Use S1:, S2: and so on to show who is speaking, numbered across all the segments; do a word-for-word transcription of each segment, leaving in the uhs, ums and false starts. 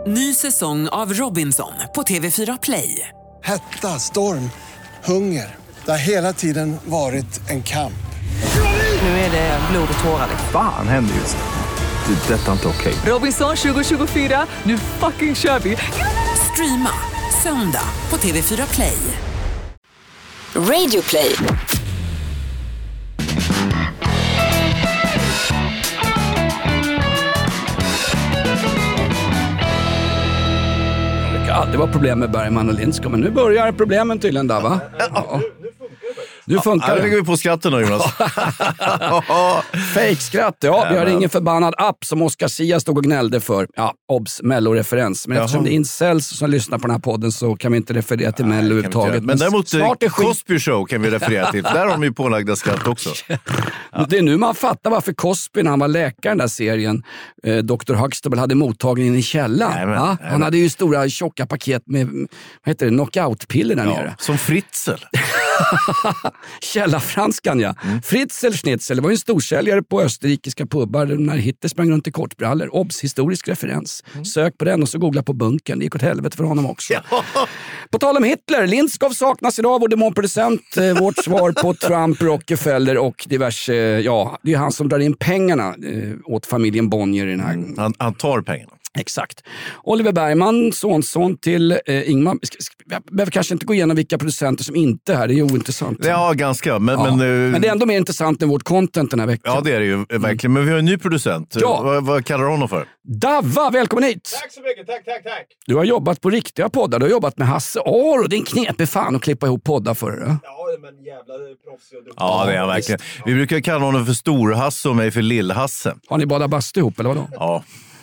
S1: Ny säsong av Robinson på T V fyra Play.
S2: Hetta, storm, hunger. Det har hela tiden varit en kamp.
S1: Nu är det blod och tårar.
S3: Fan händer just det. Det är detta inte okej.
S1: Robinson tjugo tjugofyra, nu fucking kör vi. Streama söndag på T V fyra Play.
S4: Radio Play.
S5: Ja, det var problem med Bergman och Lindskog, men nu börjar problemen tydligen där, va? Ja. Du funkar.
S6: Ja, nu ligger vi på skratten då, Jonas.
S5: Fake-skratt, ja. Vi har ingen förbannad app som Oscar Sia stod och gnällde för. Ja, obs, Mello-referens. Men eftersom det är incels som lyssnar på den här podden så kan vi inte referera till Mello överhuvudtaget.
S6: Men däremot
S5: snart är skit...
S6: Cosby Show kan vi referera till. Där har de ju pålagda skratt också.
S5: Ja. Det är nu man fattar varför Cosby, när han var läkare i den där serien, eh, doktor Huxtable, hade mottagningen i källaren. Nej, men, ja? Nej, men. Han hade ju stora tjocka paket med, vad heter det, knockout-piller där ja, nere.
S6: Som Fritzl.
S5: Källarfranskan, ja. Mm. Fritzl Schnitzel var ju en storsäljare på österrikiska pubbar när Hitler sprang runt i kortbrallor. Obs, historisk referens. Mm. Sök på den och så googla på bunken. Det gick åt helvete för honom också. Ja. På tal om Hitler, Lindskov saknas idag, vår demonproducent. Eh, vårt svar på Trump, Rockefeller och diverse, eh, ja, det är han som drar in pengarna eh, åt familjen Bonnier i den här. Mm.
S6: Han, han tar pengarna.
S5: Exakt. Oliver Bergman, sonson till eh, Ingmar. Jag behöver kanske inte gå igenom vilka producenter som inte är här, det är ju ointressant.
S6: Ja, ganska. Men,
S5: ja.
S6: men, uh...
S5: men det är ändå mer intressant än vårt content den här veckan.
S6: Ja, det är det ju verkligen. Men vi har en ny producent.
S5: Ja.
S6: Vad, vad kallar du honom för?
S5: Davva, välkommen hit!
S7: Tack så mycket, tack, tack, tack!
S5: Du har jobbat på riktiga poddar, du har jobbat med Hasse Aro. Det är en knepig fan att klippa ihop poddar för det.
S7: Ja, men jävla proffsig och duktig.
S6: Ja, det är verkligen. Vi brukar kalla honom för Stor-Hasse och mig för Lill-Hasse.
S5: Har ni badat bastu ihop, eller vadå?
S6: Ja.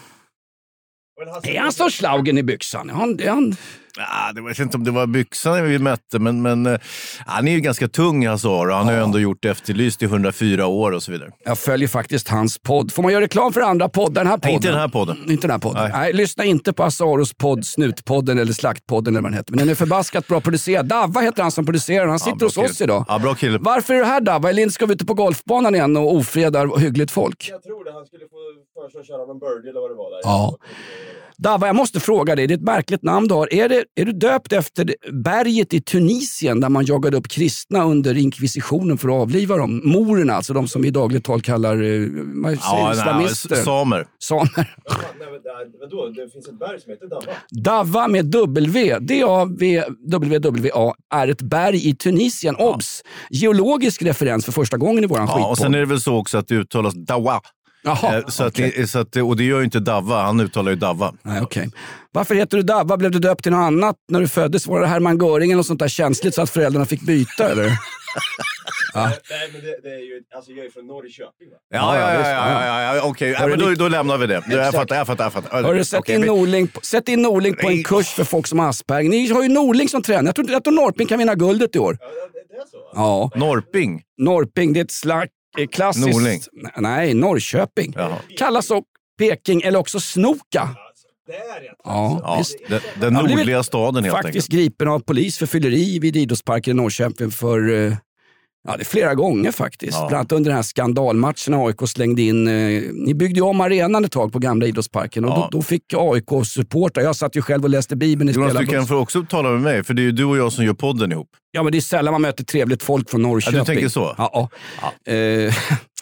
S5: Är han så slaugen i byxan? Är han... Är han...
S6: Ja, det var, jag vet inte om det var byxan vi mätte, men, men uh, han är ju ganska tung, alltså, och han ja. har ju ändå gjort Efterlyst i hundrafyra år och så vidare.
S5: Jag följer faktiskt hans podd. Får man göra reklam för andra poddar? Den här podden?
S6: Nej, inte den här podden.
S5: Inte den här podden. Nej. Nej, lyssna inte på Asaros podd, Snutpodden eller Slaktpodden eller vad den heter. Men den är förbaskat bra producerad. Davva heter han som producerar. Han sitter ja, hos
S6: kille.
S5: oss idag.
S6: Ja, bra kille.
S5: Varför är du här, Davva? Är Lindskov ute på golfbanan igen och ofredar hyggligt folk?
S7: Jag tror det. Han skulle få för sig att köra någon birdie eller vad det var där.
S5: Ja. Davva, jag måste fråga dig, det är ett märkligt namn du har. Är, det, är du döpt efter berget i Tunisien där man jagade upp kristna under inkvisitionen för att avliva dem? Morerna, alltså de som vi i dagligt tal kallar vad
S6: ja,
S5: islamister.
S6: Nej, samer.
S5: Samer.
S7: Ja, nej, men, vadå? Det finns ett berg som heter Davva.
S5: Davva med W. D A V W W A är ett berg i Tunisien. Ja. Obs! Geologisk referens för första gången i våran
S6: ja,
S5: skitpodd.
S6: Och sen är det väl så också att det uttalas Dawa.
S5: Jaha,
S6: så
S5: okay.
S6: att det, så att, och det gör ju inte Davva, han uttalar ju Davva.
S5: Nej, okay. Varför heter du Davva? Blev du döpt till något annat när du föddes? Var det Hermann Göring eller något sånt där känsligt så att föräldrarna fick byta, eller?
S7: Ja. Nej, men det, det är ju, alltså jag är från Norrköping, va?
S6: Ja, ja, ja, ja, ja, ja okej. Okay. Ja, då, då lämnar vi det. Jag fattar, jag fattar, jag fattar.
S5: Har du sett okay, in Norling, sätt in Norling på en kurs för folk som har Asperger? Ni har ju Norling som tränar. Jag tror, jag tror Norrping kan vinna guldet i år.
S7: Ja, det är så?
S5: Ja.
S6: Norrping?
S5: Norrping, det är ett slags klassiskt...
S6: Norling?
S5: Nej, Norrköping. Jaha. Kallas så Peking eller också Snoka.
S7: Det är rätt.
S5: Ja,
S6: ja, den, den nordliga staden helt
S5: faktiskt
S6: enkelt.
S5: Gripen av polis för fylleri vid idrottsparken i Norrköping för ja, det är flera gånger faktiskt. Ja. Bland annat under den här skandalmatchen A I K slängde in, eh, ni byggde ju om arenan ett tag på gamla idrottsparken och ja. då, då fick A I K-supportrar, jag satt ju själv och läste Bibeln i
S6: Jonas, du kan få också tala med mig, för det är ju du och jag som gör podden ihop.
S5: Ja, men det är sällan man möter trevligt folk från Norrköping.
S6: Ja, du tänker så?
S5: Ja. ja. Eh,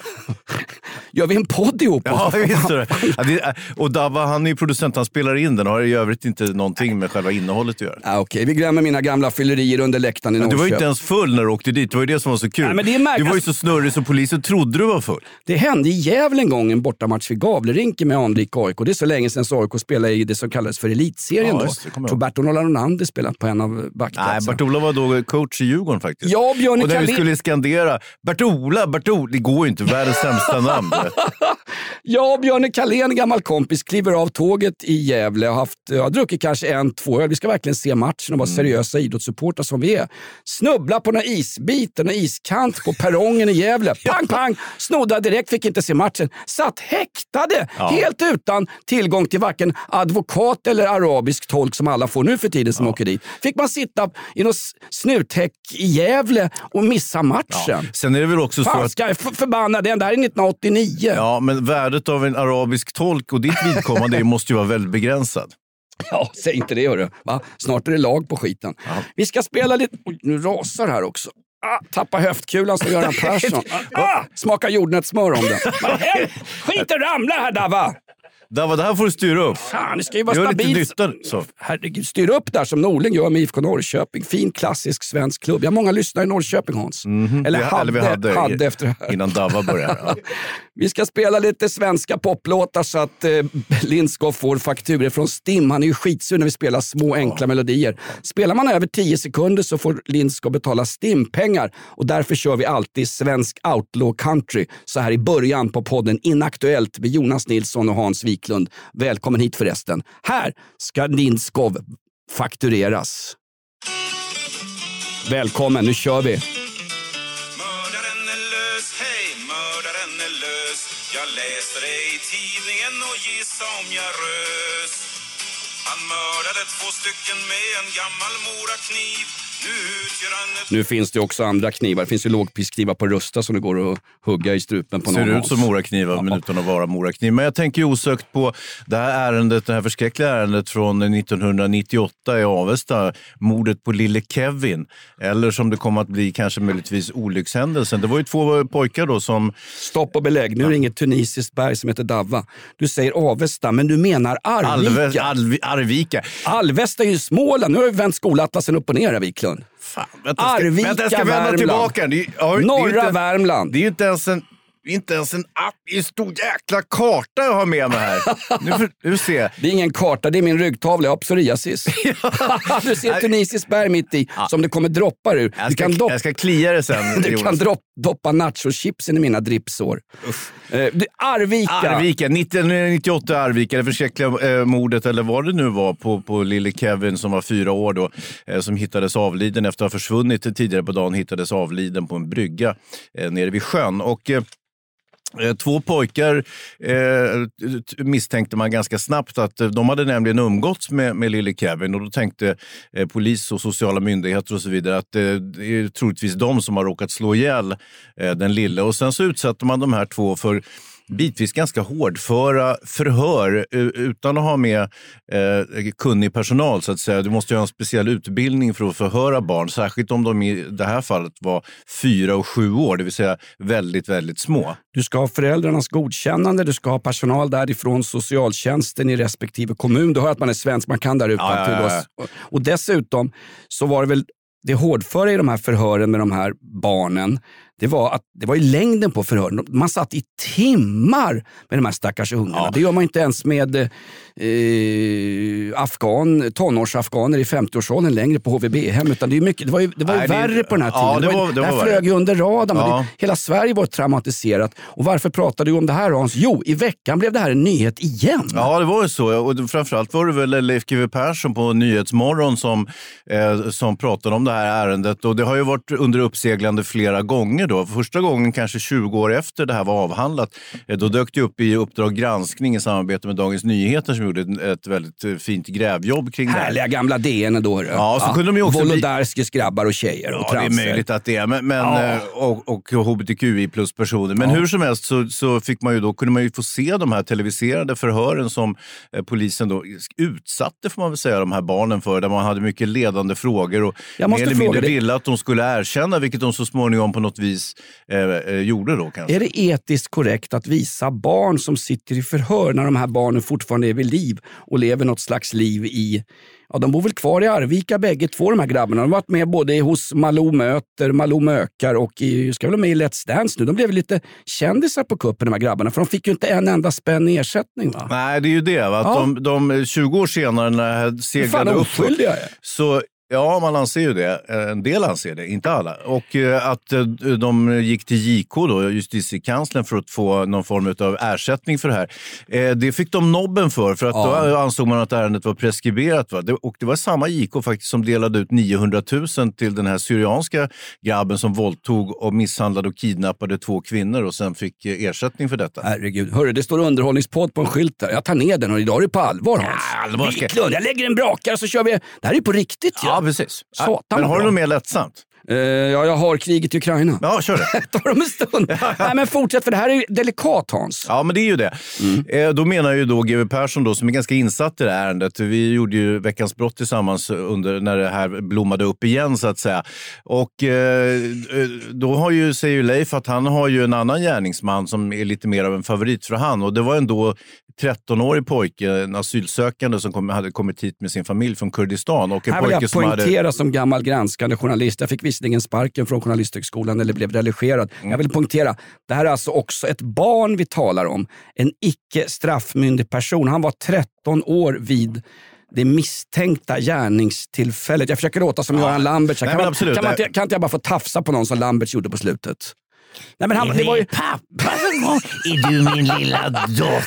S5: gör vi en podd ihop?
S6: Ja, visst det. Ja, det. Och Davva, han är ju producent, han spelar in den och har i övrigt inte någonting med själva innehållet att göra.
S5: Ja, okej, vi glömmer mina gamla fyllerier under läktaren i Norrköping.
S6: Du var ju inte ens full när du åkte dit, det var ju det som var så kul. Ja, men det är du var ju så snurrig så polisen trodde du var full.
S5: Det hände i Gävle en gång, en bortamatch vid Gavlerinken med anrik A I K. Det är så länge sedan så A I K spelade i det som kallades för elitserien ja, då. Jag tror Bertola Ronander spelade på en av backplatserna.
S6: Nej, Bertola var då coach i Djurgården faktiskt.
S5: Ja, Björn
S6: och när
S5: Kalén...
S6: vi skulle skandera Bertola, Bertola, det går ju inte, världens sämsta namn.
S5: Ja, Björn Kalén, gammal kompis, kliver av tåget i Gävle och har haft, jag har druckit kanske en, två öl. Vi ska verkligen se matchen och vara mm. seriösa idrottssupportrar som vi är. Snubbla på några isbiten och iskant på perrongen i Gävle. Pang, pang! Snodda direkt, fick inte se matchen. Satt häktade, ja. helt utan tillgång till varken advokat eller arabisk tolk som alla får nu för tiden som ja. åker dit. Fick man sitta i något snuthäck i Gävle och missa matchen. Ja.
S6: Sen är det väl också
S5: Fan,
S6: så att...
S5: ska jag för, förbanna den? Det här är nittonhundraåttionio.
S6: Ja, men värdet av en arabisk tolk och ditt vidkommande måste ju vara väldigt begränsad.
S5: Ja, säg inte det hörru. Va? Snart är det lag på skiten. Ja. Vi ska spela lite... Oj, nu rasar här också. Ah, tappa höftkulan som Göran Persson. Ah, smaka jordnötssmör om den. Skit och ramla här, Dava!
S6: Dava, det här får du styra upp.
S5: Fan, det ska ju vara
S6: gör
S5: stabilt.
S6: Lite nytta, så.
S5: Herregud, styr upp där som Norling gör med I F K Norrköping. Fin, klassisk svensk klubb. Jag har många lyssnare i Norrköping, Hans.
S6: Mm-hmm.
S5: Eller,
S6: vi,
S5: hade,
S6: eller vi hade,
S5: hade efter det här.
S6: Innan Dava började. Ja.
S5: Vi ska spela lite svenska poplåtar så att eh, Lindskov får fakturer från Stim. Han är ju skitsur när vi spelar små enkla ja. melodier. Spelar man över tio sekunder så får Lindskov betala Stim-pengar. Och därför kör vi alltid svensk outlaw country så här i början på podden Inaktuellt med Jonas Nilsson och Hans Wiklund. Välkommen hit förresten. Här ska Lindskov faktureras. Välkommen, nu kör vi.
S8: Mördaren är lös, hej, mördaren är lös. Jag läste det i tidningen och gissa om jag rös. Han mördade två stycken med en gammal morakniv. Nu utgör han ett...
S5: Nu finns det också andra knivar. Det finns ju lågprisknivar på Rusta som det går att hugga i strupen på någon.
S6: Ser ut som moraknivar ja. men utan att vara morakniv. Men jag tänker osökt på det här ärendet, det här förskräckliga ärendet från nittonhundranittioåtta i Avesta. Mordet på lille Kevin. Eller som det kommer att bli kanske möjligtvis olyckshändelsen. Det var ju två pojkar då som...
S5: Stopp och belägg. Nu är det inget tunisiskt berg som heter Dava. Du säger Avesta, men du menar Arvika.
S6: Alve, Alv, Arvika.
S5: Alvesta är ju Småland. Nu har vi vänt skolatlasen upp och ner, Wiklund.
S6: Fan, vänta, ska,
S5: Arvika,
S6: vänta, jag ska vända
S5: Värmland.
S6: tillbaka. Det är, ja,
S5: Norra
S6: det är inte,
S5: Värmland.
S6: Det är ju inte ens en... Inte ens en app, det är en stor jäkla karta jag har med mig här. Nu får du se.
S5: Det är ingen karta, det är min ryggtavla. Jag har psoriasis. Du ser tunisiskt berg mitt i
S6: ja.
S5: som det kommer droppar ur.
S6: Jag ska,
S5: du kan dopp-
S6: jag ska klia det sen.
S5: Du kan dropp, doppa nachochipsen i mina dripsår. Eh, Arvika.
S6: Arvika, nittonhundranittioåtta Arvika, det förskräckliga eh, mordet eller vad det nu var på, på lille Kevin som var fyra år då. Eh, som hittades avliden efter att ha försvunnit tidigare på dagen, hittades avliden på en brygga eh, nere vid sjön. Och... Eh, Två pojkar eh, misstänkte man ganska snabbt att de hade nämligen umgåtts med, med lille Kevin och då tänkte eh, polis och sociala myndigheter och så vidare att eh, det är troligtvis de som har råkat slå ihjäl eh, den lille. Och sen så utsatte man de här två för bitvis ganska hårdföra förhör utan att ha med eh, kunnig personal så att säga. Du måste ju ha en speciell utbildning för att förhöra barn, särskilt om de i det här fallet var fyra och sju år, det vill säga väldigt, väldigt små.
S5: Du ska ha föräldrarnas godkännande, du ska ha personal därifrån socialtjänsten i respektive kommun. Du hör att man är svensk, man kan där ute.
S6: Ja, ja, ja, ja.
S5: Och dessutom så var det väl det hårdföra i de här förhören med de här barnen. Det var, att, det var ju längden på förhören. Man satt i timmar med de här stackars ungarna. Ja. Det gör man inte ens med eh, afghan, tonårsafghaner i femtioårsåldern längre på H V B-hem. Utan det, är mycket, det var ju, det var ju Nej, värre det, på den här tiden. Ja, det, var, det, var, det, var det här flög ju under radarn. Ja. Det, hela Sverige var traumatiserat. Och varför pratade du om det här, Hans? Jo, i veckan blev det här en nyhet igen.
S6: Ja, det var ju så. Och framförallt var det väl Leif G W Persson på Nyhetsmorgon som, eh, som pratade om det här ärendet. Och det har ju varit under uppseglande flera gånger då. Första gången kanske tjugo år efter det här var avhandlat, då dök det upp i Uppdrag granskning i samarbete med Dagens Nyheter som gjorde ett väldigt fint grävjobb kring det här.
S5: Härliga gamla D N då.
S6: Ja, så ja. kunde de ju också...
S5: Volodarskis grabbar och tjejer och
S6: ja,
S5: transer.
S6: det är möjligt att det är, men, men, ja. och, och H B T Q I plus personer. Men ja. hur som helst så, så fick man ju då, kunde man ju få se de här televiserade förhören som eh, polisen då utsatte, får man väl säga, de här barnen för, där man hade mycket ledande frågor och mer eller mindre ville att de skulle erkänna, vilket de så småningom på något vis Eh, gjorde då kanske.
S5: Är det etiskt korrekt att visa barn som sitter i förhör när de här barnen fortfarande är vid liv och lever något slags liv i... Ja, de bor väl kvar i Arvika bägge två, de här grabbarna. De har varit med både hos Malou Möter, Malou Mökar och i, ska väl med i Let's Dance nu. De blev lite kändisar på kuppen, de här grabbarna. För de fick ju inte en enda spänn i ersättning, va?
S6: Nej, det är ju det. Va? Att ja. de, de tjugo år senare när det här seglade upp så... Ja, man anser ju det. En del anser det, inte alla. Och att de gick till J K då, justitiekanslern, för att få någon form av ersättning för det här. Det fick de nobben för, för att ja. då ansåg man att ärendet var preskriberat. Va? Och det var samma J K faktiskt som delade ut niohundratusen till den här syrianska grabben som våldtog och misshandlade och kidnappade två kvinnor och sen fick ersättning för detta.
S5: Herregud, hörru, det står underhållningspodd på en skylt där. Jag tar ner den och idag är det på allvar, Hans.
S6: Ja, allvar ska...
S5: Jag lägger en brakare så kör vi. Det här är på riktigt, ja.
S6: Ja, precis.
S5: Satan,
S6: men har du något mer lättsamt?
S5: Uh, ja, jag har kriget i Ukraina.
S6: Ja, kör det.
S5: Tar dem en stund. Nej, men fortsätt, för det här är ju delikat, Hans.
S6: Ja, men det är ju det. Mm. Eh, då menar ju då G W Persson då, som är ganska insatt i det här ärendet. Vi gjorde ju Veckans brott tillsammans under när det här blommade upp igen, så att säga. Och eh, då har ju, säger ju Leif att han har ju en annan gärningsman som är lite mer av en favorit för han. Och det var ändå tretton-årig pojke, en asylsökande som kom, hade kommit hit med sin familj från Kurdistan. Och en
S5: här vill
S6: pojke
S5: jag
S6: som
S5: poängtera
S6: hade...
S5: som gammal granskande journalist. Jag fick visserligen sparken från journalisthögskolan eller blev religerad. Mm. Jag vill poängtera, det här är alltså också ett barn vi talar om. En icke straffmyndig person. Han var tretton år vid det misstänkta gärningstillfället. Jag försöker låta som ja. Göran Lamberts. Kan, man, kan, man, kan inte jag bara få tafsa på någon som Lamberts gjorde på slutet? Nej, men han, det var ju...
S9: Pappa, är du min lilla dotter?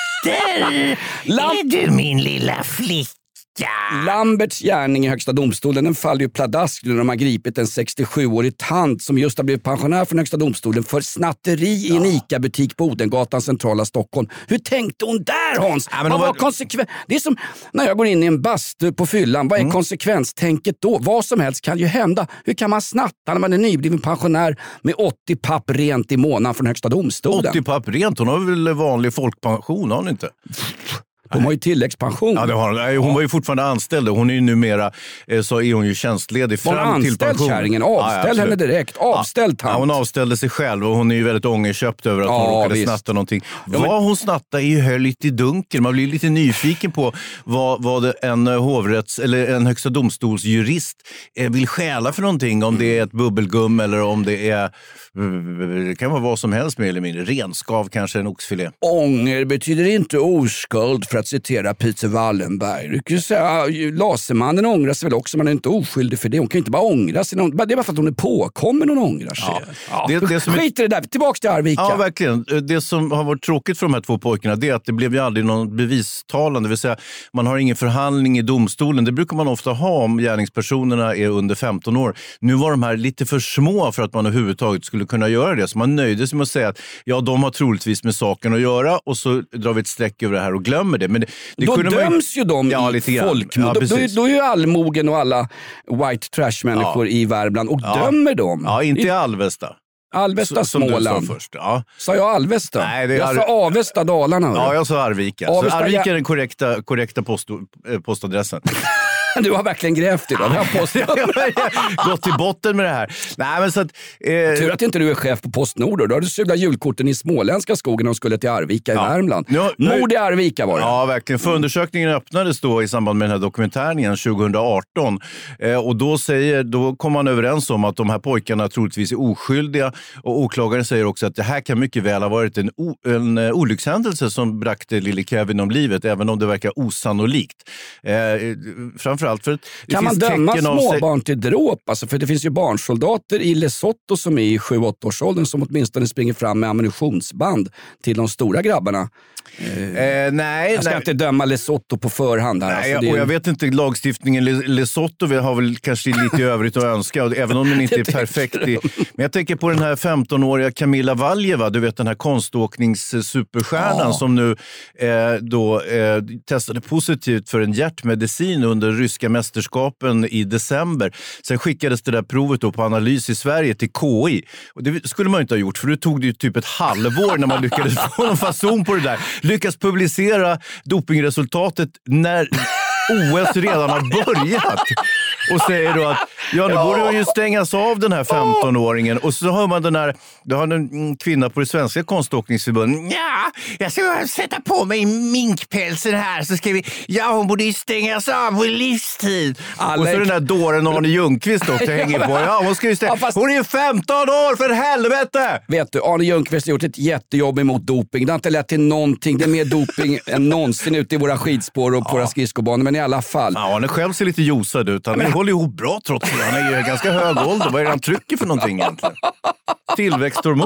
S9: Lam... Är du min lilla flicka?
S5: Lamberts gärning i Högsta domstolen, den faller ju pladask när de har gripit en sextiosjuårig tant som just har blivit pensionär från Högsta domstolen för snatteri i en ICA-butik på Odengatan, centrala Stockholm. Hur tänkte hon där, Hans? Ja, vad var var... konsekven... Det är som när jag går in i en bastu på fyllan. Vad är mm. konsekvenstänket då? Vad som helst kan ju hända. Hur kan man snatta när man är nybliven pensionär med åttio papp rent i månaden från Högsta domstolen?
S6: åttio papp rent? Hon har väl vanlig folkpension, har hon inte?
S5: De har ju tilläggspension.
S6: Ja, det har hon. Nej, hon var ju fortfarande anställd. Hon är ju numera, så är hon ju tjänstledig fram
S5: hon
S6: till pension.
S5: Kärringen. Avställ ja, henne direkt. Avställ tant.
S6: Ja, hon avställde sig själv och hon är ju väldigt ångerköpt över att ja, hon råkade visst. snatta någonting. Ja, men... Vad hon snattade är ju höll lite i dunkel. Man blir lite nyfiken på vad, vad en hovrätts eller en högsta domstolsjurist vill stjäla för någonting. Om det är ett bubbelgum eller om det är, det kan vara vad som helst mer eller mindre. Renskav, kanske en oxfilé. Ånger betyder inte oskuld, för att citera Peter Wallenberg. Du kan ju säga, Lasermannen ångrar sig väl också, man är inte oskyldig för det. Hon kan inte bara ångra sig. Det är bara för att hon är påkommen hon ångrar sig. Ja. Ja. Det, det som Skit i det där, tillbaka till Arvika. Ja, verkligen. Det som har varit tråkigt för de här två pojkarna, det är att det blev ju aldrig någon bevistalan. Det vill säga, man har ingen förhandling i domstolen. Det brukar man ofta ha om gärningspersonerna är under femton år. Nu var de här lite för små för att man överhuvudtaget skulle kunna göra det. Så man nöjde sig med att säga att ja, de har troligtvis med saken att göra, och så drar vi ett streck över det här och glömmer det. Men det, det då döms ju de ja, i folkmord. Ja, då, då, då är ju allmogen och alla white trash-människor ja. i Värmland och ja. dömer dem. Ja, inte i Alvesta. Alvesta, så, Småland. Sa, först. Ja. sa jag Alvesta? Nej, det är jag Ar- sa Avesta, Dalarna. Ja, jag sa Arvika. Avesta, så Arvika är den korrekta, korrekta post, postadressen. Du har verkligen grävt idag. Jag har gått till botten med det här. Nej, men så att, eh... Tur att inte du är chef på Postnord. Då har du sugit julkorten i småländska skogen och skulle till Arvika i ja. Värmland. Nu, nu... Mord i Arvika var det. Ja, verkligen. Förundersökningen öppnades då i samband med den här dokumentären tjugo arton. Eh, och då, säger, då kom man överens om att de här pojkarna troligtvis är oskyldiga. Och åklagaren säger också att det här kan mycket väl ha varit en, o- en uh, olyckshändelse som brakte lille Kevin om livet, även om det verkar osannolikt. Eh, framförallt för att det kan man döma småbarn till dråp? Alltså, för det finns ju barnsoldater i Lesotho som är i sju åtta års åldern som åtminstone springer fram med ammunitionsband till de stora grabbarna. Eh, nej, jag ska nej. inte döma Lesotho på förhand här. Nej, alltså, det... och jag vet inte, lagstiftningen Lesotho vi har väl kanske lite övrigt att önska, även om den inte är perfekt. I... Men jag tänker på den här femton-åriga Kamila Valjeva, du vet den här konståkningssuperstjärnan ja. som nu eh, då eh, testade positivt för en hjärtmedicin under ryska mästerskapen i december. Sen skickades det där provet då på analys i Sverige till K I. Och det skulle man inte ha gjort, för det tog det ju typ ett halvår när man lyckades få någon fason på det där. Lyckas publicera dopingresultatet när O S redan har börjat. Och säger då att ja, nu borde hon ju stängas av den här femton-åringen. Och så har man den här, då har en kvinna på det svenska konståkningsförbundet. Ja, jag ska sätta på mig minkpälsen här så ska vi, ja hon borde ju stängas av på livstid. Alla och så är... den här dåren Arne Ljungqvist också hänger på. Ja, hon ska ju stänga. Ja, fast... Hon är femton år för helvete! Vet du, Arne Ljungqvist har gjort ett jättejobb emot doping. Det har inte lett till någonting. Det är mer doping än någonsin ute i våra skidspår och på ja. våra skridskobanor. Men i alla fall. Ja, Arne själv ser lite ljusad ut. Han men... håller ihop bra trots det. Han är ju ganska hög ålder. Vad är det han trycker för någonting egentligen? Tillväxthormon.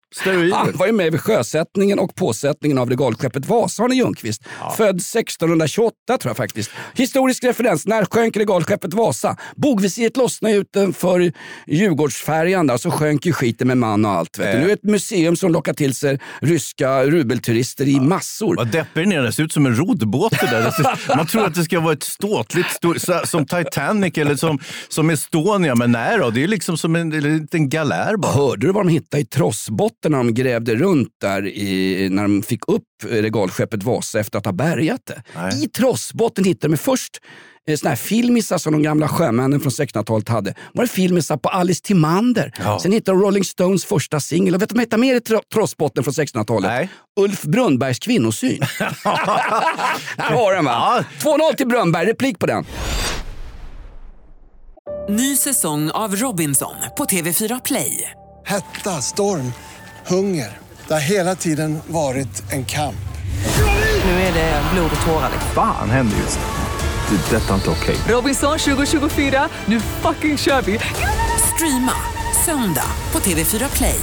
S6: Steroider.
S5: Han var ju med vid sjösättningen och påsättningen av regalskeppet Vasa, Arne Ljungqvist. Ja. Född sextonhundratjugoåtta tror jag faktiskt. Historisk referens, när sjönk regalskeppet Vasa? Bogvisiret lossnade utanför Djurgårdsfärjan där, så sjönk ju skiten med man och allt. Vet du. Nu är det ett museum som lockar till sig ryska rubelturister i ja. massor.
S6: Vad deppig den är, det ser ut som en roddbåt det där. Man tror att det ska vara ett ståtligt, stor, som Titanic eller som, som Estonia, men nej då, det är liksom som en, en liten galär bara.
S5: Hörde du vad de hittade i trossbotten när de grävde runt där i, när de fick upp regalskeppet Vasa efter att ha bärgat det? Nej. I trossbotten hittade de först såna här filmisar som de gamla sjömännen från sextonhundratalet hade. Var det filmisar på Alice Timander. Ja. Sen hittade de Rolling Stones första singel. Och vet du vad heter mer i tro- trossbotten från sextonhundratalet? Nej. Ulf Brunnbergs kvinnosyn. Här har den, va? Ja. två noll till Brunnberg, replik på den.
S1: Ny säsong av Robinson på T V fyra Play.
S2: Hetta, storm, hunger. Det har hela tiden varit en kamp.
S1: Nu är det blod och tårar.
S3: Fan händer just det. Det är detta inte okej.
S1: Robinson tjugo tjugofyra, nu fucking kör vi. Streama söndag på T V fyra Play.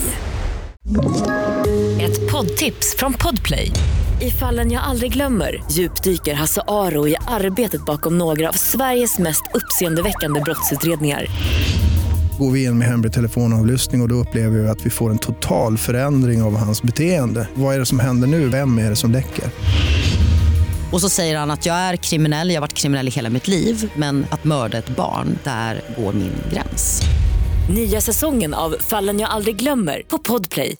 S4: Ett poddtips från Podplay. I Fallen jag aldrig glömmer djupdyker Hasse Aro i arbetet bakom några av Sveriges mest uppseendeväckande brottsutredningar.
S10: Går vi in med hemlig telefonavlyssning och, och då upplever vi att vi får en total förändring av hans beteende. Vad är det som händer nu? Vem är det som läcker?
S11: Och så säger han att jag är kriminell, jag har varit kriminell i hela mitt liv, men att mörda ett barn, där går min gräns.
S4: Nya säsongen av Fallen jag aldrig glömmer på Podplay.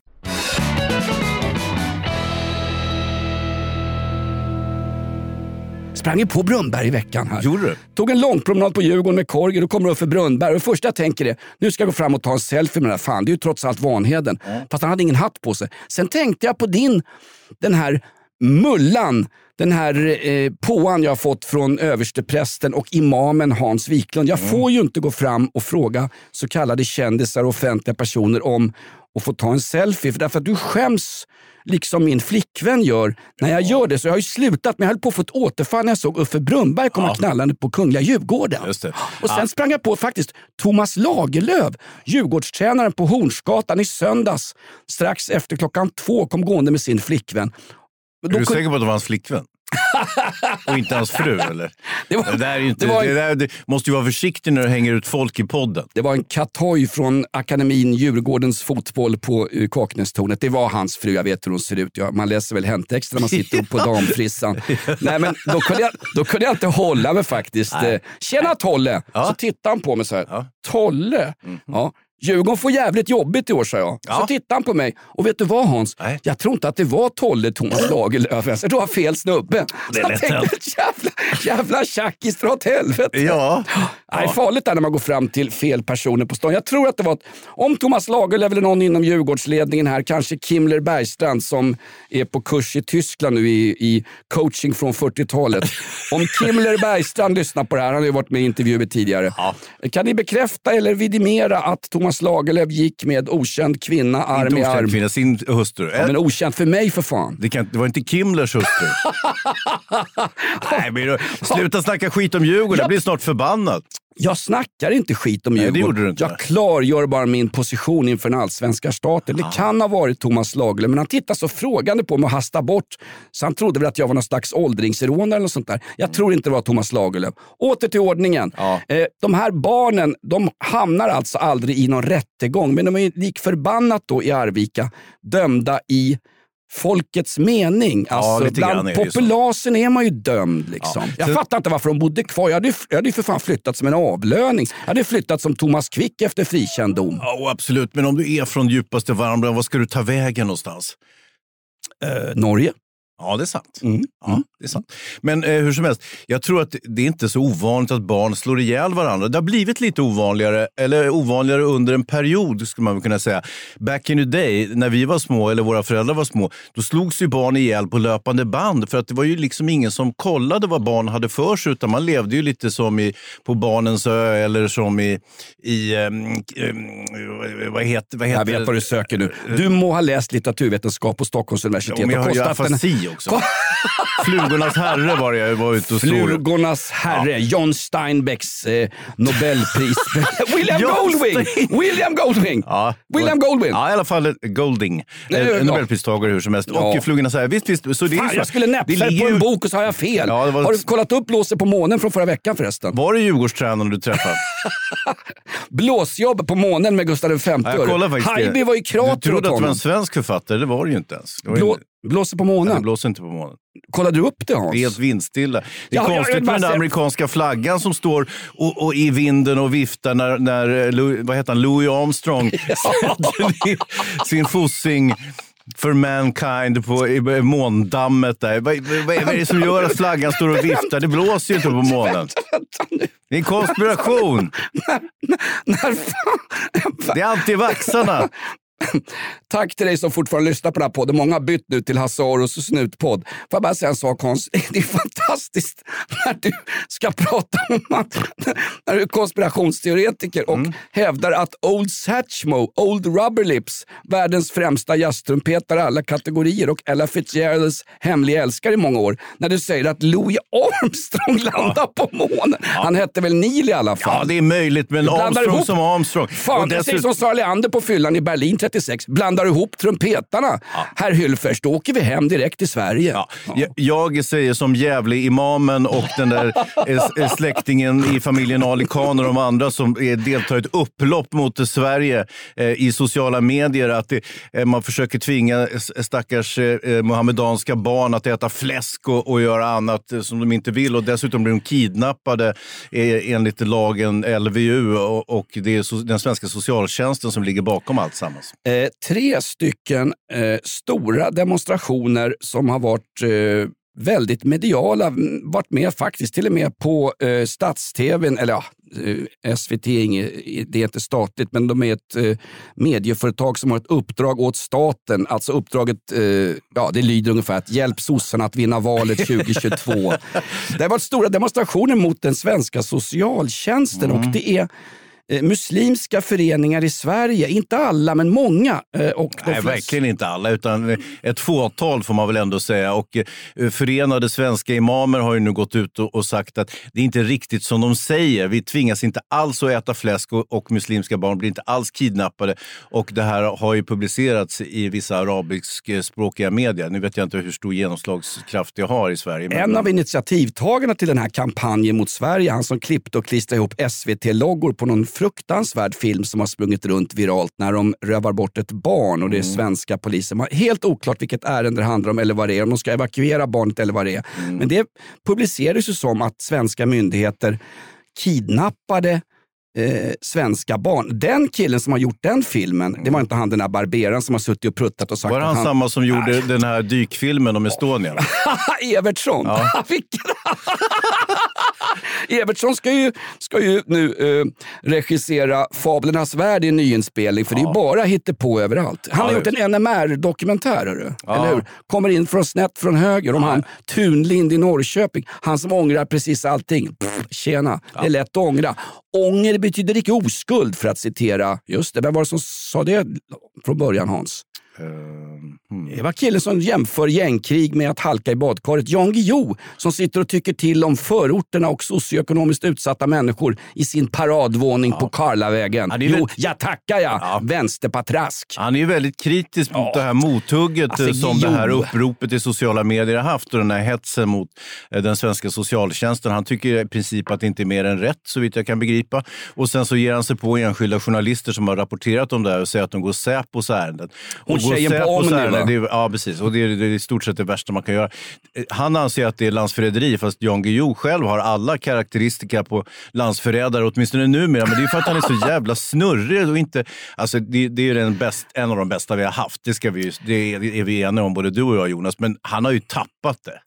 S5: Sprang ju på Brunnberg i veckan här.
S6: Gjorde du?
S5: Tog en lång promenad på Djurgården med korg och då kommer upp för Brunnberg. Och första jag tänker är, nu ska jag gå fram och ta en selfie med den här fan. Det är ju trots allt Vanheden. Mm. Fast han hade ingen hatt på sig. Sen tänkte jag på din, den här mullan, den här eh, påan jag har fått från översteprästen och imamen Hans Wiklund. Jag mm. får ju inte gå fram och fråga så kallade kändisar och offentliga personer om att få ta en selfie. För därför att du skäms liksom min flickvän gör när jag gör det. Så jag har ju slutat, men jag höll på att få ett återfall när jag såg Uffe Brunnberg komma ja. knallande på Kungliga Djurgården.
S6: Just det.
S5: Och sen
S6: ja.
S5: sprang jag på faktiskt Thomas Lagerlöf, Djurgårdstränaren på Hornsgatan i söndags. Strax efter klockan två kom gående med sin flickvän.
S6: Är du säker på att det var hans flickvän? Och inte hans fru, eller? Det, var, det, där är ju inte, det, var en, det, där, det måste ju vara försiktig när du hänger ut folk i podden.
S5: Det var en katoj från akademin Djurgårdens fotboll på uh, Kaknästornet. Det var hans fru, jag vet hur hon ser ut. Ja, man läser väl hämtext när man sitter på damfrissan. Nej, men då kunde, jag, då kunde jag inte hålla mig faktiskt. Nej. Tjena Tolle! Ja. Så tittade han på mig så här. Ja. Tolle? Mm. Ja. Djurgården får jävligt jobbigt i år, sa jag. Ja. Så tittade han på mig. Och vet du vad, Hans? Nej. Jag tror inte att det var Tolle Thomas Lagerlöf. Jag tror det var fel snubbe. Så jag tänkte, jävla, jävla tjackis, dra åt helvete.
S6: Ja.
S5: Det är farligt där när man går fram till fel personer på stan. Jag tror att det var ett, om Thomas Lagerlöf eller någon inom Djurgårdsledningen här, kanske Kimler Bergstrand som är på kurs i Tyskland nu i, i coaching från fyrtiotalet. Om Kimler Bergstrand lyssnar på det här, han har ju varit med i intervjuer tidigare. Ja. Kan ni bekräfta eller vidimera att Thomas Lagerlöf gick med okänd kvinna arm
S6: inte
S5: i arm?
S6: Kvinna, sin hustru.
S5: Ja, men okänd för mig för fan.
S6: Det, kan, det var inte Kimlers hustru. Nej, men sluta snacka skit om Djurgården, jag blir snart förbannad.
S5: Jag snackar inte skit om Djurgården. Nej, det gjorde du inte. Jag klargör bara min position inför den allsvenska starten. Det kan ha varit Thomas Lagerlöf, men han tittade så frågande på mig och hastade bort. Så han trodde väl att jag var någon slags åldringsrånare eller något sånt där. Jag tror inte det var Thomas Lagerlöf. Åter till ordningen. Ja. Eh, de här barnen, de hamnar alltså aldrig i någon rättegång. Men de är lik förbannat då i Arvika dömda i folkets mening. Alltså, ja, bland populasen är, är man ju dömd liksom. Ja. Jag fattar inte varför de bodde kvar. Jag hade, jag hade ju för fan flyttat som en avlöning. Jag hade flyttat som Thomas Quick efter frikändom.
S6: Ja, absolut. Men om du är från djupaste Värmland, vad ska du ta vägen någonstans?
S5: Eh, Norge.
S6: Ja, det är sant. Mm. Ja, det är sant. Men eh, hur som helst, jag tror att det är inte så ovanligt att barn slår ihjäl varandra. Det har blivit lite ovanligare, eller ovanligare under en period skulle man kunna säga. Back in the day, när vi var små, eller våra föräldrar var små, då slogs ju barn ihjäl på löpande band. För att det var ju liksom ingen som kollade vad barn hade för sig, utan man levde ju lite som i, på Barnens ö, eller som i, i um, um, vad heter, vad heter
S5: jag vet vad du söker nu. Du må ha läst litteraturvetenskap på Stockholms universitet.
S6: Ja, men jag har ju afasi Parodi också. Flugornas herre var jag var ute och stod.
S5: Flugornas herre, ja. John Steinbecks eh, Nobelpris. William Goldwing! William Goldwing!
S6: Ja.
S5: William Goldwing!
S6: Ja, i alla fall Golding. Eh, Nobelpristagare hur som helst. Ja. Och Flugornas herre, visst, visst. Så det är
S5: Fan,
S6: så,
S5: jag skulle näpsa ligger... på en bok och så har jag fel. Ja, var... Har du kollat upp Blåser på månen från förra veckan förresten?
S6: Var det Djurgårdstränaren du träffade?
S5: Blåsjobb på månen med Gustav den femte.
S6: Ja,
S5: Haijby var ju krater.
S6: Du trodde att det var en svensk författare, det var det ju inte ens.
S5: Blå... Blåser på månen?
S6: Ja, det blåser inte på månen.
S5: Kollade du upp det, Hans?
S6: Det är helt vindstilla. Det är
S5: ja,
S6: konstigt med den där
S5: se...
S6: amerikanska flaggan som står och, och i vinden och viftar när, när Louis, vad heter han, Louis Armstrong sätter sin fossing för mankind på i måndammet där. Vad, vad, vad är det som gör att flaggan står och viftar? Det blåser ju inte på månen. Det är en konspiration.
S5: när, när, när fan...
S6: Det är alltid vaxarna.
S5: Tack till dig som fortfarande lyssnar på den här podden. Många har bytt nu till Hasse Aros och Snutpodd. Får jag bara säga en sak, Hans? Det är fantastiskt när du ska prata om att när du är konspirationsteoretiker och mm. hävdar att Old Satchmo, Old Rubberlips, världens främsta jazztrumpetare i alla kategorier och Ella Fitzgeralds hemliga älskare i många år. När du säger att Louis Armstrong landar ja. på månen. Ja. Han hette väl Neil i alla fall.
S6: Ja, det är möjligt, men Armstrong ihop. som Armstrong.
S5: Fan, och dessutom... det säger som Sarah Leander på fyllan i Berlin trettiosex. Blandar ihop trumpetarna. Ja. Herr Hylfers, då åker vi hem direkt till Sverige.
S6: Ja. Ja. Jag säger som jävla imamen och den där släktingen i familjen Ali Khan och de andra som deltar i ett upplopp mot Sverige eh, i sociala medier att det, eh, man försöker tvinga stackars eh, mohammedanska barn att äta fläsk och, och göra annat som de inte vill och dessutom blir de kidnappade eh, enligt lagen L V U och, och det är so- den svenska socialtjänsten som ligger bakom allt sammans.
S5: Eh, tre stycken eh, stora demonstrationer som har varit eh, väldigt mediala, varit med faktiskt till och med på eh, Stats-tvn, eller ja, eh, S V T, det är inte statligt, men de är ett eh, medieföretag som har ett uppdrag åt staten, alltså uppdraget, eh, ja det lyder ungefär att hjälp sossarna att vinna valet tjugohundratjugotvå. Det har varit stora demonstrationer mot den svenska socialtjänsten mm. och det är muslimska föreningar i Sverige, inte alla men många. Och
S6: Nej, flest... verkligen inte alla utan ett fåtal får man väl ändå säga och förenade svenska imamer har ju nu gått ut och, och sagt att det är inte riktigt som de säger. Vi tvingas inte alls att äta fläsk och, och muslimska barn blir inte alls kidnappade och det här har ju publicerats i vissa arabiskspråkiga medier. Nu vet jag inte hur stor genomslagskraft det har i Sverige. Men...
S5: En av initiativtagarna till den här kampanjen mot Sverige, han som klippte och klistrade ihop S V T-loggor på någon fruktansvärd film som har sprungit runt viralt när de rövar bort ett barn och det är mm. svenska polisen. Helt oklart vilket ärende det handlar om eller vad det är, om de ska evakuera barnet eller vad det är. Mm. Men det publiceras ju som att svenska myndigheter kidnappade eh, svenska barn. Den killen som har gjort den filmen, mm. det var inte han den här barberaren som har suttit och pruttat och sagt
S6: var han,
S5: han
S6: samma som gjorde den här dykfilmen om Estonia?
S5: Evertsson.
S6: Ja.
S5: Evertsson ska ju, ska ju nu eh, regissera Fablernas värld i en nyinspelning för ja. det är bara hittepå överallt. Han ja, har gjort en N M R-dokumentär, ja. eller hur? Kommer in från snett från höger om ja. han Tunlind i Norrköping. Han som ångrar precis allting. Pff, tjena, ja. det är lätt att ångra. Ånger betyder inte oskuld för att citera, just det, vem var det som sa det från början, Hans? Uh, hmm. Det var killen som jämför gängkrig med att halka i badkaret. Jan Guillou som sitter och tycker till om förorterna och socioekonomiskt utsatta människor i sin paradvåning ja. på Karlavägen. Jo, väldigt... jag tackar jag. Ja. Vänsterpatrask.
S6: Han är ju väldigt kritisk mot ja. det här mothugget alltså, som Guillou. Det här uppropet i sociala medier har haft och den här hetsen mot eh, den svenska socialtjänsten. Han tycker i princip att det inte är mer än rätt så vitt jag kan begripa. Och sen så ger han sig på enskilda journalister som har rapporterat om det här och säger att de går Säpos ärenden. Och
S5: tjejen på Omni, va?
S6: Det är, ja, precis. Och det är, det är i stort sett det värsta man kan göra. Han anser att det är landsförräderi, fast Jan Guillou själv har alla karaktäristika på landsförrädare, åtminstone numera. Men det är för att han är så jävla snurrig och inte... Alltså, det, det är den bäst, en av de bästa vi har haft. Det, ska vi, det är vi eniga om, både du och jag, Jonas. Men han har ju tappat det.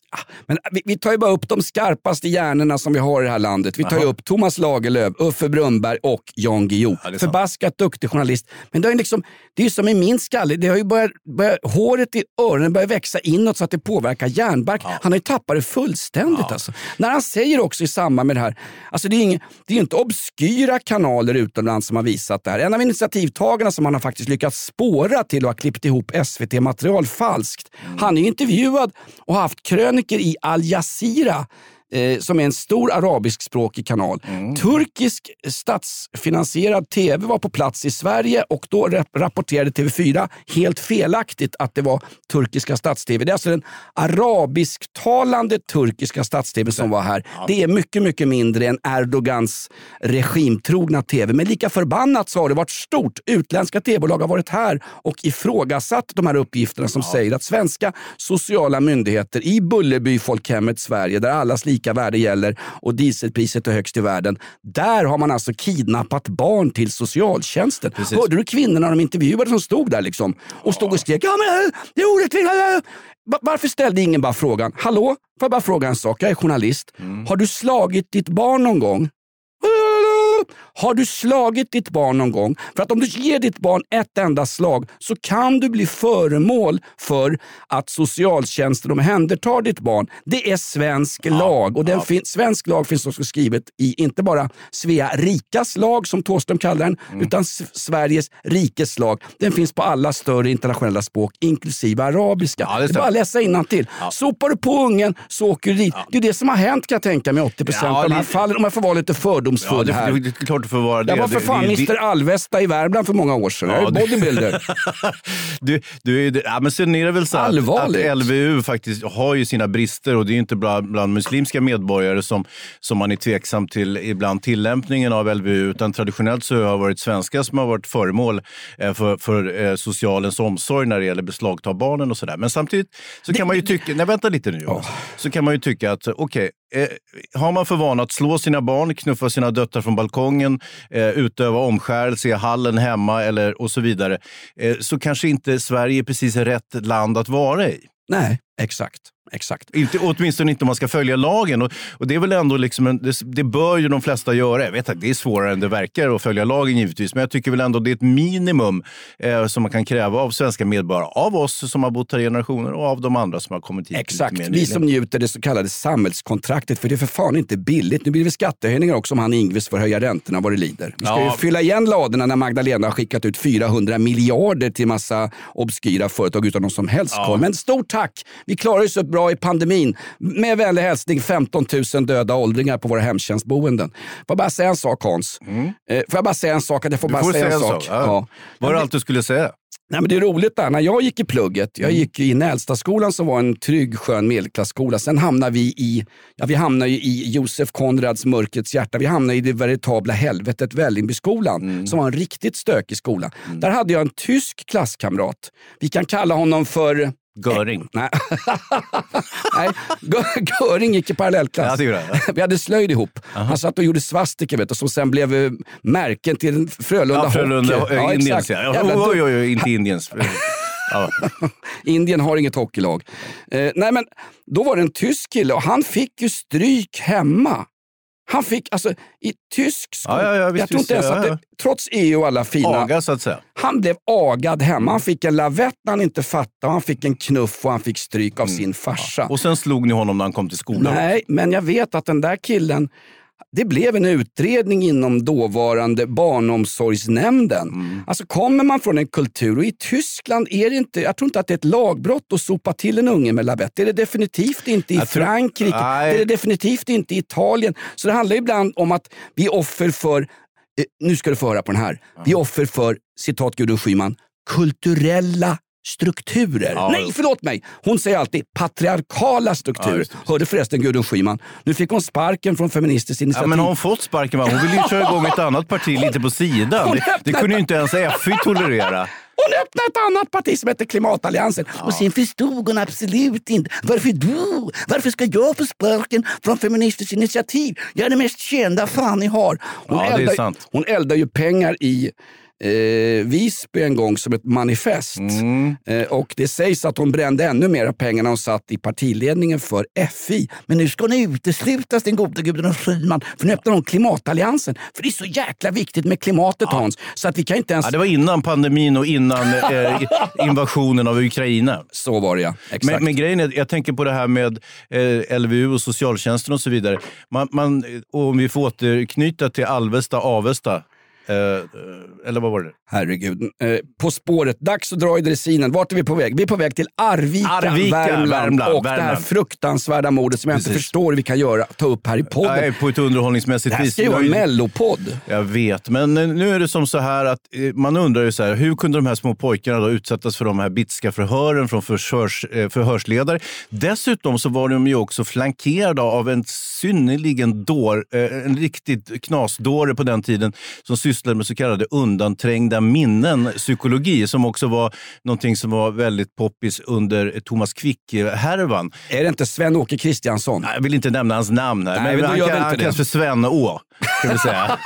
S5: Men vi, vi tar ju bara upp de skarpaste hjärnorna som vi har i det här landet. Vi tar ju upp Thomas Lagerlöf, Uffe Brunnberg och Jan Guillou. Ja, förbaskat duktig journalist. Men det är, liksom, det är ju som i min skalle. Det har ju börjat, börjat, håret i öronen börjar växa inåt så att det påverkar hjärnbark. Ja. Han har ju tappat det fullständigt. Ja. Alltså. När han säger också i samband med det här. Alltså det är ju det är inte obskyra kanaler utomlands som har visat det här. En av initiativtagarna som han har faktiskt lyckats spåra till att ha klippt ihop S V T-material falskt. Mm. Han är ju intervjuad och har haft kröniker i Al Jazeera eh, som är en stor arabiskspråkig kanal. Mm. Turkisk statsfinansierad tv var på plats i Sverige och då rap- rapporterade T V fyra helt felaktigt att det var turkiska stats-tv. Det är alltså den arabisktalande turkiska stats-tv som var här. Ja. Det är mycket, mycket mindre än Erdogans regimtrogna tv. Men lika förbannat så har det varit stort. Utländska tv-bolag har varit här och ifrågasatt de här uppgifterna som ja. säger att svenska sociala myndigheter i Bullerby folkhemmet Sverige, där allas lika värde gäller och dieselpriset är högst i världen, där har man alltså kidnappat barn till socialtjänsten. Precis. Hörde du kvinnorna de intervjuade som stod där liksom och stod och skrek, ja men det är orättvist. Varför ställde ingen bara frågan, hallå, får jag bara fråga en sak, jag är journalist. Mm. Har du slagit ditt barn någon gång? Har du slagit ditt barn någon gång? För att om du ger ditt barn ett enda slag så kan du bli föremål för att socialtjänsten omhändertar ditt barn. Det är svensk ja, lag. Och den ja. fin- svensk lag finns också skrivet i inte bara Svea rikas lag som Thåström kallar den, mm. utan S- Sveriges rikes lag. Den finns på alla större internationella språk, inklusive arabiska. Ja, det, är det är bara att läsa innantill. Ja. Sopar du på ungen så åker du dit. Ja. Det är det som har hänt, kan jag tänka mig, åttio procent ja, av de här fallen. Om jag får vara lite fördomsfull ja, det, här.
S6: Det, det är klart för vara det.
S5: Jag var för fan det, det, mister Alvesta i Värmland för många år sedan. Ja, jag är bodybuilder.
S6: du, du är, ja, men sen är det väl så att, att L V U faktiskt har ju sina brister och det är inte bland, bland muslimska medborgare som, som man är tveksam till ibland tillämpningen av L V U, utan traditionellt så har det varit svenskar som har varit föremål eh, för, för eh, socialens omsorg när det gäller beslagta barnen och sådär. Men samtidigt så kan det, man ju tycka, nej vänta lite nu, oh. så kan man ju tycka att okej, okay, Eh, har man för vana att slå sina barn, knuffa sina döttrar från balkongen, eh, utöva omskärelse i hallen hemma eller, och så vidare, eh, så kanske inte Sverige är precis rätt land att vara i.
S5: Nej, exakt. Exakt.
S6: Inte, åtminstone inte om man ska följa lagen. Och, och det är väl ändå liksom en, det, det bör ju de flesta göra. Jag vet att det är svårare än det verkar att följa lagen givetvis. Men jag tycker väl ändå det är ett minimum eh, som man kan kräva av svenska medborgare. Av oss som har bott här i generationer och av de andra som har kommit hit.
S5: Exakt. Vi som njuter det så kallade samhällskontraktet. För det är för fan inte billigt. Nu blir det skattehöjningar också om han Ingves får höja räntorna vad det lider. Vi ska ja. ju fylla igen ladorna när Magdalena har skickat ut fyrahundra miljarder till massa obskyra företag utan någon som helst koll. Ja. Men stort tack. Vi klarar oss upp bra i pandemin. Med vänlig hälsning femton tusen döda åldringar på våra hemtjänstboenden. Får jag bara säga en sak, Hans? Mm. Eh, får jag bara säga en sak? Att jag får,
S6: du
S5: bara
S6: får
S5: säga en,
S6: en
S5: sak.
S6: sak. Ja. Ja. Vad är det allt du skulle säga?
S5: Nej, men det är roligt där. När jag gick i plugget, jag gick i Nälstaskolan som var en trygg, skön medelklassskola. Sen hamnade vi i, ja, vi hamnade i Josef Konrads mörkrets hjärta. Vi hamnade i det veritabla helvetet Vällingbyskolan mm. som var en riktigt stökig skola. Mm. Där hade jag en tysk klasskamrat. Vi kan kalla honom för
S6: Göring.
S5: Nej, Nej. Göring gick i parallellklass.
S6: Ja, det gjorde jag.
S5: Vi hade slöjd ihop. Uh-huh. Han satt och gjorde svastika, vet du, som sen blev märken till Frölunda,
S6: ja, Frölunda
S5: hockey.
S6: Ja, Indiens, ja. Jävla oj, oj, oj, inte Indiens. Ja.
S5: Indien har inget hockeylag. Eh, nej, men då var det en tysk kille och han fick ju stryk hemma. Han fick, alltså i tysk skola,
S6: ja, ja, ja, visst,
S5: jag tror inte
S6: visst,
S5: ens
S6: ja, ja.
S5: att det, trots E U och alla fina,
S6: aga, så att säga.
S5: Han blev agad hemma. Han fick en lavett när han inte fattade. Han fick en knuff och han fick stryk av mm. sin farsa.
S6: Ja. Och sen slog ni honom när han kom till skolan?
S5: Nej, men jag vet att den där killen, det blev en utredning inom dåvarande barnomsorgsnämnden. Mm. Alltså kommer man från en kultur, och i Tyskland är det inte, jag tror inte att det är ett lagbrott att sopa till en unge med lavett. Det är det definitivt inte i jag Frankrike. Tror, det är det definitivt inte i Italien. Så det handlar ibland om att vi är offer för, eh, nu ska du få höra på den här, mm. vi är offer för, citat Gudrun Schyman, kulturella strukturer. Ja. Nej, förlåt mig. Hon säger alltid patriarkala strukturer. Ja, hörde förresten Gudrun Schyman. Nu fick hon sparken från Feministiskt initiativ.
S6: Ja, men har hon fått sparken? Va? Hon vill ju köra igång ett annat parti lite på sidan. Det, det kunde ju inte ens F I tolerera.
S5: Hon öppnade ett annat parti som heter Klimatalliansen. Ja. Och sen förstod hon absolut inte. Varför du? Varför ska jag få sparken från Feministiskt initiativ? Jag är det mest kända fan ni har. Hon,
S6: ja,
S5: eldar,
S6: det är sant.
S5: Hon eldar ju pengar i eh, Visby en gång som ett manifest.
S6: Mm.
S5: Eh, och det sägs att hon brände ännu mer pengar när hon satt i partiledningen för F I. Men nu ska hon uteslutas, den gode Gudrun Schyman, för nu öppnar hon klimatalliansen. För det är så jäkla viktigt med klimatet, ja. Hans. Så att vi kan inte ens...
S6: Ja, det var innan pandemin och innan eh, invasionen av Ukraina.
S5: Så var det, ja. Exakt.
S6: Men, men grejen är, jag tänker på det här med eh, L V U och socialtjänsten och så vidare. Man, man, och om vi får återknyta till Alvesta, Avesta. Eh, eller vad var det?
S5: Herregud. Eh, på spåret. Dags att dra i dressinen. Vart är vi på väg? Vi är på väg till Arvika,
S6: Arvika
S5: Värmland.
S6: Värmland.
S5: Och
S6: Värmland.
S5: det här fruktansvärda mordet som jag
S6: Precis.
S5: inte förstår hur vi kan göra, ta upp här i podden.
S6: Nej, på ett underhållningsmässigt
S5: vis. Det här ska ju vara en mellopodd.
S6: Jag vet, men nu är det som så här att man undrar ju så här, hur kunde de här små pojkarna då utsättas för de här bitska förhören från förhörs, förhörsledare? Dessutom så var de ju också flankerade av en synnerligen dår, en riktigt knasdåre på den tiden som sysslade med så kallade undanträngda minnen, psykologi, som också var någonting som var väldigt poppis under Thomas Quick-härvan.
S5: Är det inte Sven-Åke Kristiansson?
S6: Nej, jag vill inte nämna hans namn här,
S5: Nej,
S6: men,
S5: men
S6: han,
S5: han,
S6: kan, han kallas för Sven Å, kan vi säga.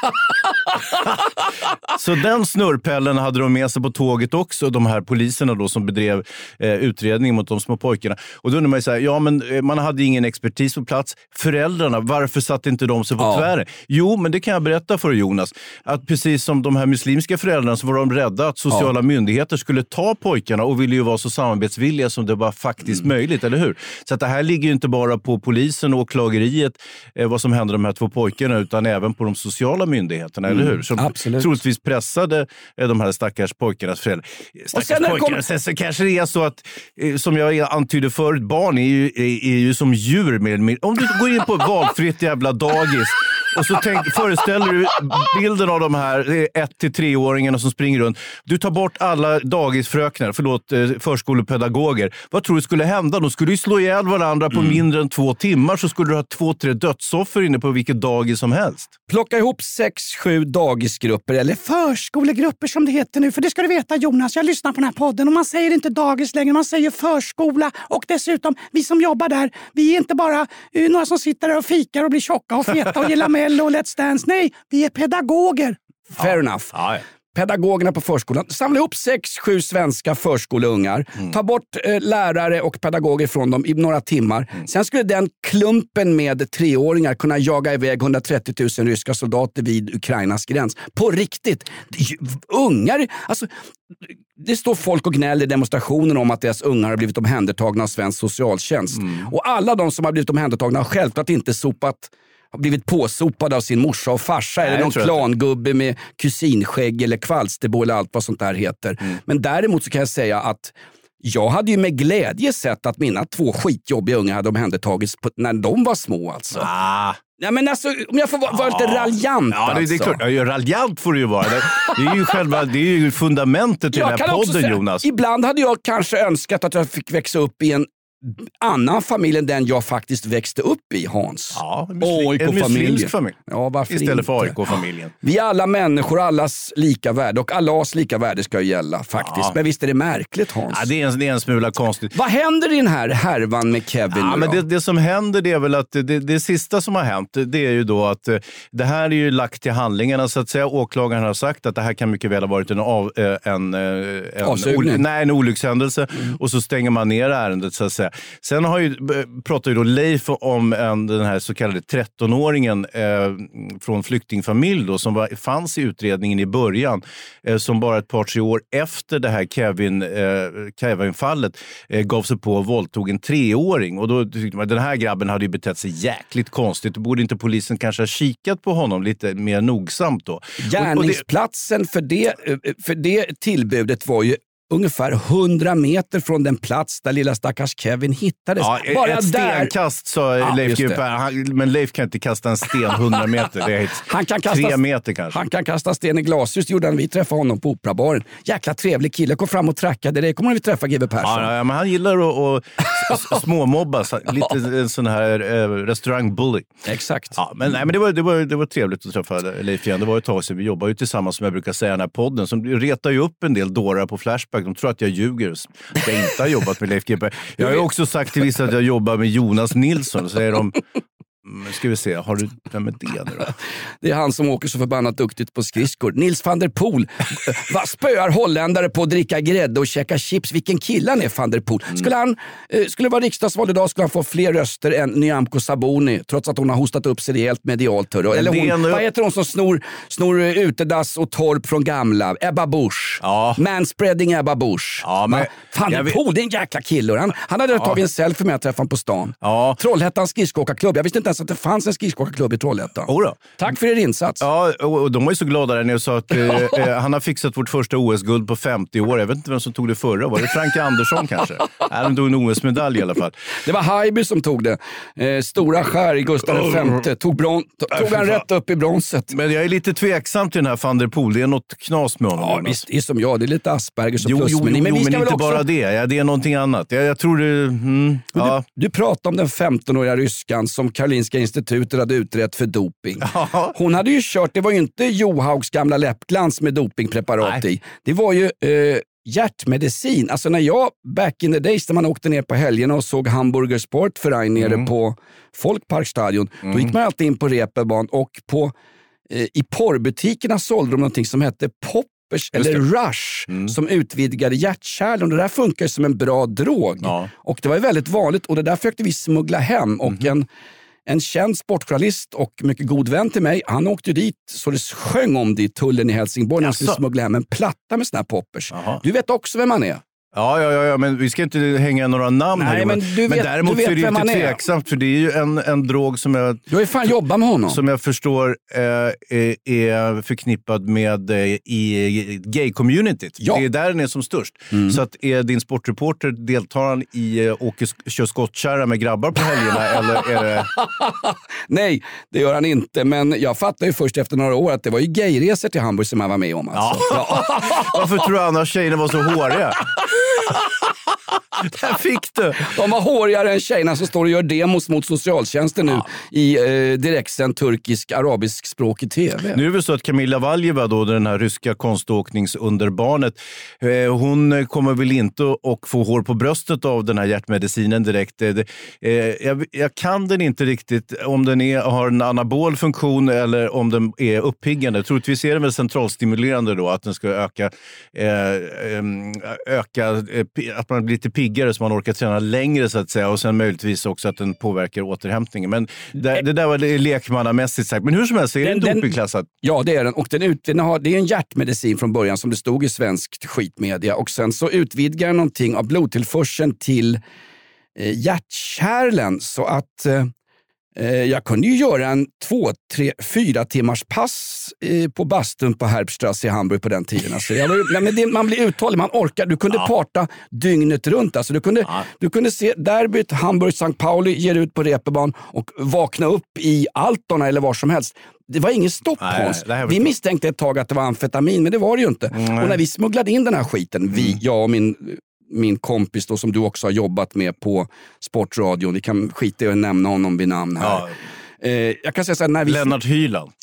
S6: Så den snurrpellen hade de med sig på tåget också, de här poliserna då som bedrev eh, utredning mot de små pojkarna. Och då undrar man ju så här, ja men eh, man hade ingen expertis på plats. Föräldrarna, varför satt inte de sig på
S5: ja.
S6: tvären? Jo, men det kan jag berätta för Jonas. Att precis som de här muslimska föräldrarna så var de rädda att sociala ja. myndigheter skulle ta pojkarna och ville ju vara så samarbetsvilliga som det var faktiskt mm. möjligt, eller hur? Så att det här ligger ju inte bara på polisen och åklageriet eh, vad som hände de här två pojkarna, utan även på de sociala myndigheterna, mm. eller hur? Som
S5: Absolut.
S6: troligtvis pressade eh, de här stackars pojkarnas föräldrar. Stackars
S5: sen
S6: pojkarna.
S5: kom...
S6: Sen så kanske det är så att, eh, som jag antydde förut, barn är ju, är, är ju som djur med, med. Om du går in på ett valfritt jävla dagis och så tänk, föreställer du bilden av de här ett till treåringarna som springer runt. Du tar bort alla dagisfröknar, förlåt, förskolepedagoger. Vad tror du skulle hända? De skulle ju slå ihjäl varandra på mm. mindre än två timmar, så skulle du ha två, tre dödsoffer inne på vilket dagis som helst.
S5: Plocka ihop sex, sju dagisgrupper, eller förskolegrupper som det heter nu. För det ska du veta, Jonas, jag lyssnar på den här podden och man säger inte dagis längre, man säger förskola. Och dessutom, vi som jobbar där, vi är inte bara uh, några som sitter där och fikar och blir tjocka och feta och gillar Mello och Let's Dance. Nej, vi är pedagoger. Fair ja. enough. Ja, ja. Pedagogerna på förskolan. Samla ihop sex, sju svenska förskoleungar. Mm. Ta bort eh, lärare och pedagoger från dem i några timmar. Mm. Sen skulle den klumpen med treåringar kunna jaga iväg hundratrettio tusen ryska soldater vid Ukrainas gräns. På riktigt. Ungar, alltså... Det står folk och gnäller i demonstrationen om att deras ungar har blivit omhändertagna av svensk socialtjänst. Mm. Och alla de som har blivit omhändertagna har självklart inte sopat, har blivit påsopade av sin morsa och farsa. Nej, eller någon klangubbe med kusinskägg eller kvalsterbo eller allt vad sånt där heter. Mm. Men däremot så kan jag säga att jag hade ju med glädje sett att mina två skitjobbiga ungar hade omhändertagits på, när de var små alltså.
S6: Ah.
S5: Ja, men alltså, om jag får vara, vara lite raljant
S6: ja, det, det är
S5: alltså.
S6: klart. Ja, raljant får du ju vara. Det, det är ju själva, det är ju fundamentet till jag den här podden, säga, Jonas.
S5: Ibland hade jag kanske önskat att jag fick växa upp i en annan familj än den jag faktiskt växte upp i, Hans.
S6: Ja, en, muslim, en muslimsk familj.
S5: Ja, varför
S6: istället
S5: inte?
S6: för A I K-familjen.
S5: Vi är alla människor, allas lika värde och allas lika värde ska ju gälla faktiskt. Ja. Men visst är det märkligt, Hans?
S6: Ja, det är en, det är en smula konstigt.
S5: Vad händer i den här härvan med Kevin?
S6: Ja, men det, det som händer det är väl att det, det sista som har hänt, det är ju då att det här är ju lagt till handlingarna så att säga. Åklagaren har sagt att det här kan mycket väl ha varit en, av, en, en, en, nej, en olyckshändelse mm. och så stänger man ner ärendet så att säga. Sen har ju, pratar ju då Leif om en, den här så kallade trettonåringen eh, från flyktingfamilj då, som var, fanns i utredningen i början, eh, som bara ett par, tre år efter det här Kevin, eh, Kevin-fallet eh, gav sig på och våldtog en treåring. Och då tyckte man den här grabben hade ju betett sig jäkligt konstigt. Borde inte polisen kanske ha kikat på honom lite mer nogsamt då?
S5: Gärningsplatsen och, och det... för, det, för det tillbudet var ju ungefär hundra meter från den plats där lilla stackars Kevin hittades.
S6: Ja,
S5: bara
S6: ett
S5: där.
S6: stenkast sa ja, Leif G P R. Men Leif kan inte kasta en sten hundra meter. Det är
S5: han kan kasta,
S6: tre meter kanske.
S5: Han kan kasta sten i glashus. Gjorde han, vi träffade honom på Operabaren. Jäkla trevlig kille. Kom fram och trackade. Det kommer vi träffa G W Persson.
S6: Ja, ja, men han gillar att småmobba. Lite en sån här äh, restaurangbully.
S5: Exakt.
S6: Ja, men, nej, men det, var, det, var, det var trevligt att träffa Leif igen. Det var ett tag sedan. Vi jobbar ju tillsammans, som jag brukar säga, den här podden. Som retar ju upp en del dårar på Flashback. De tror att jag ljuger. Jag inte har jobbat med Leif G P R. Jag har ju också sagt till vissa att jag jobbar med Jonas Nilsson. Så säger de, Mm, ska vi se, har du, vem är det nu då?
S5: Det är han som åker så förbannat duktigt på skridskor. Nils van der Poel. Vad spöar holländare på att dricka grädde och käka chips? Vilken kille han är, van der Poel. Skulle han eh, skulle vara riksdagsval idag skulle han få fler röster än Nyamko Sabuni, trots att hon har hostat upp sig rejält medialt. Eller hon, nu... vad heter hon som snor, snor utedass och torp från gamla? Ebba Busch.
S6: Ja.
S5: Manspreading Ebba Busch.
S6: Ja, men...
S5: Van der Poel, det är en jäkla kille. Han, han hade ja. tagit en selfie med att träffa honom på stan. Ja. Trollhättans skridskoåkarklubb. Jag visste inte ens att det fanns en skridskoåkarklubb i Trollhättan.
S6: Oda.
S5: Tack för er insats.
S6: Ja, och de var ju så glada där när jag sa att eh, han har fixat vårt första O S-guld på femtio år. Jag vet inte vem som tog det förra. Var det Frank Andersson kanske? Nej, de tog en O S-medalj i alla fall.
S5: Det var Haijby som tog det. Eh, stora skär i Gustav den femte. Tog, bron- tog han rätt upp i bronset.
S6: Men jag är lite tveksam till den här van der Poel. Det är något knas med honom.
S5: Ja, visst, det är som jag. Det är lite Aspergers och
S6: jo,
S5: plus.
S6: Jo,
S5: men,
S6: jo,
S5: men,
S6: jo,
S5: vi ska
S6: men inte
S5: också...
S6: bara det. Ja, det är någonting annat. Jag, jag tror det... Mm, ja.
S5: du, du pratar om den femtonåriga ryskan som Karolinska institutet hade utrett för doping. Ja. Hon hade ju kört, det var ju inte Johaugs gamla läppglans med dopingpreparat Nej. i. Det var ju eh, hjärtmedicin. Alltså när jag, back in the days, när man åkte ner på helgerna och såg Hamburger Sportverein nere mm. på Folkparkstadion, mm. då gick man alltid in på Reeperbahn och på, eh, i porrbutikerna sålde de någonting som hette Pop eller Rush mm. som utvidgade hjärtkärlen. Det där funkar som en bra drog. Ja. Och det var ju väldigt vanligt och det där försökte vi smuggla hem. Och mm. en, en känd sportjournalist och mycket god vän till mig, han åkte dit så det sjöng om det i tullen i Helsingborg när han skulle smuggla hem en platta med såna här poppers. Aha. Du vet också vem han är.
S6: Ja, ja, ja, men vi ska inte hänga några namn
S5: Nej,
S6: här.
S5: Men, du vet,
S6: men däremot
S5: du vet
S6: är det ju
S5: inte
S6: tveksamt, för det är ju en, en drog som jag...
S5: Du har ju fan jobbat med honom.
S6: Som jag förstår eh, är förknippad med eh, i gay-communityt. Ja. Det är där den är som störst. Mm. Så att är din sportreporter, deltar han i eh, åker kör skottkärra med grabbar på helgerna? eller är det...
S5: Nej, det gör han inte. Men jag fattar ju först efter några år att det var ju gayresor till Hamburg som han var med om. Alltså.
S6: Ja. Varför tror du annars tjejerna var så håriga? Där fick du.
S5: De var hårigare än tjejerna som står och gör demos mot socialtjänsten nu ja. i eh, direktsänd turkisk arabisk språk i tv.
S6: Nu är det så att Kamila Valjeva då, den här ryska konståkningsunderbarnet, eh, hon kommer väl inte att få hår på bröstet av den här hjärtmedicinen direkt. Eh, jag, jag kan den inte riktigt om den är, har en anabol funktion eller om den är uppiggande. Troligtvis är den väl centralstimulerande då, att den ska öka eh, öka eh, att man blir lite piggare så man orkar träna längre så att säga, och sen möjligtvis också att den påverkar återhämtningen. Men det, det där var det lekmannamässigt sagt. Men hur som helst är den, den dopingklassad.
S5: Ja, det är den. Och den ut, den har, det är en hjärtmedicin från början som det stod i svensk skitmedia. Och sen så utvidgar den någonting av blodtillförseln till eh, hjärtkärlen så att eh, jag kunde ju göra en två, tre, fyra timmars pass eh, på bastun på Herbststrasse i Hamburg på den tiden. Alltså, jag var, men det, man blir uthållig, man orkar. Du kunde ja. parta dygnet runt. Alltså, du, kunde, ja. du kunde se derbyt Hamburg Sankt Pauli ger ut på Reeperbahn och vakna upp i Altona eller var som helst. Det var ingen stopp, nej, Hans. Nej, vi misstänkte ett tag att det var amfetamin, men det var det ju inte. Mm. Och när vi smugglade in den här skiten, mm. vi, jag och min... min kompis då, som du också har jobbat med på Sportradion. Vi kan skita i att nämna honom vid namn här. Ja. Eh, jag kan säga så här, när vi...
S6: Lennart Hyland.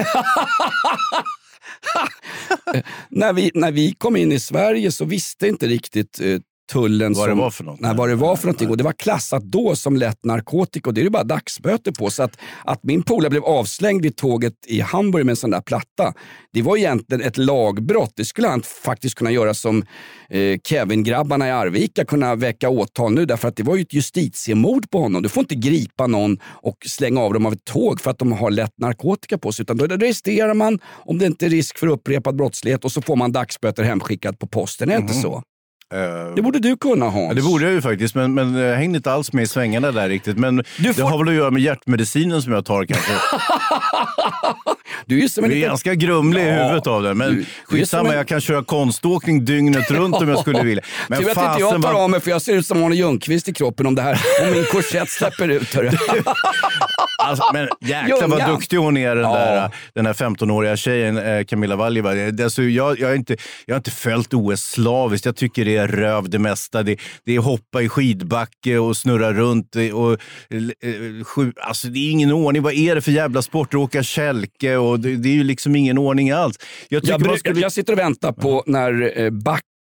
S5: när, vi, när vi kom in i Sverige så visste inte riktigt eh, tullen
S6: vad
S5: som,
S6: det var för något.
S5: Nej, vad det var för någonting. Och det var klassat då som lätt narkotika. Och det är ju bara dagsböter på. Så att, att min polare blev avslängd vid tåget i Hamburg med en sån där platta, det var egentligen ett lagbrott. Det skulle han faktiskt kunna göra som eh, Kevin-grabbarna i Arvika, kunna väcka åtal nu. Därför att det var ju ett justitiemord på honom. Du får inte gripa någon och slänga av dem av ett tåg för att de har lätt narkotika på sig. Utan då registrerar man om det inte är risk för upprepad brottslighet och så får man dagsböter hemskickat på posten. Det är mm. inte så. Uh, det borde du kunna, Hans.
S6: Ja, det borde jag ju faktiskt, men, men jag hängde inte alls med i svängarna där riktigt. Men får... det har väl att göra med hjärtmedicinen som jag tar kanske.
S5: Du är, som en
S6: du är
S5: liten...
S6: ganska grumlig ja. i huvudet av det. Men skitsamma, en... jag kan köra konståkning dygnet runt om jag skulle vilja. Men
S5: du vet inte jag tar
S6: var...
S5: av mig, för jag ser ut som Arne Ljungqvist i kroppen om det här. Om min korsett släpper ut.
S6: Alltså, men jäklar vad duktig hon är, den, ja. där, den här femtonåriga tjejen, eh, Kamila Valjeva. Alltså, jag, jag, är inte, jag har inte följt O S slaviskt. Jag tycker det är röv det mesta. Det, det är hoppa i skidbacke och snurra runt. Och, eh, sju, alltså, det är ingen ordning. Vad är det för jävla sport? Åka kälke och det, det är ju liksom ingen ordning alls.
S5: Jag, jag, brukar, skulle... jag sitter och väntar på när eh, back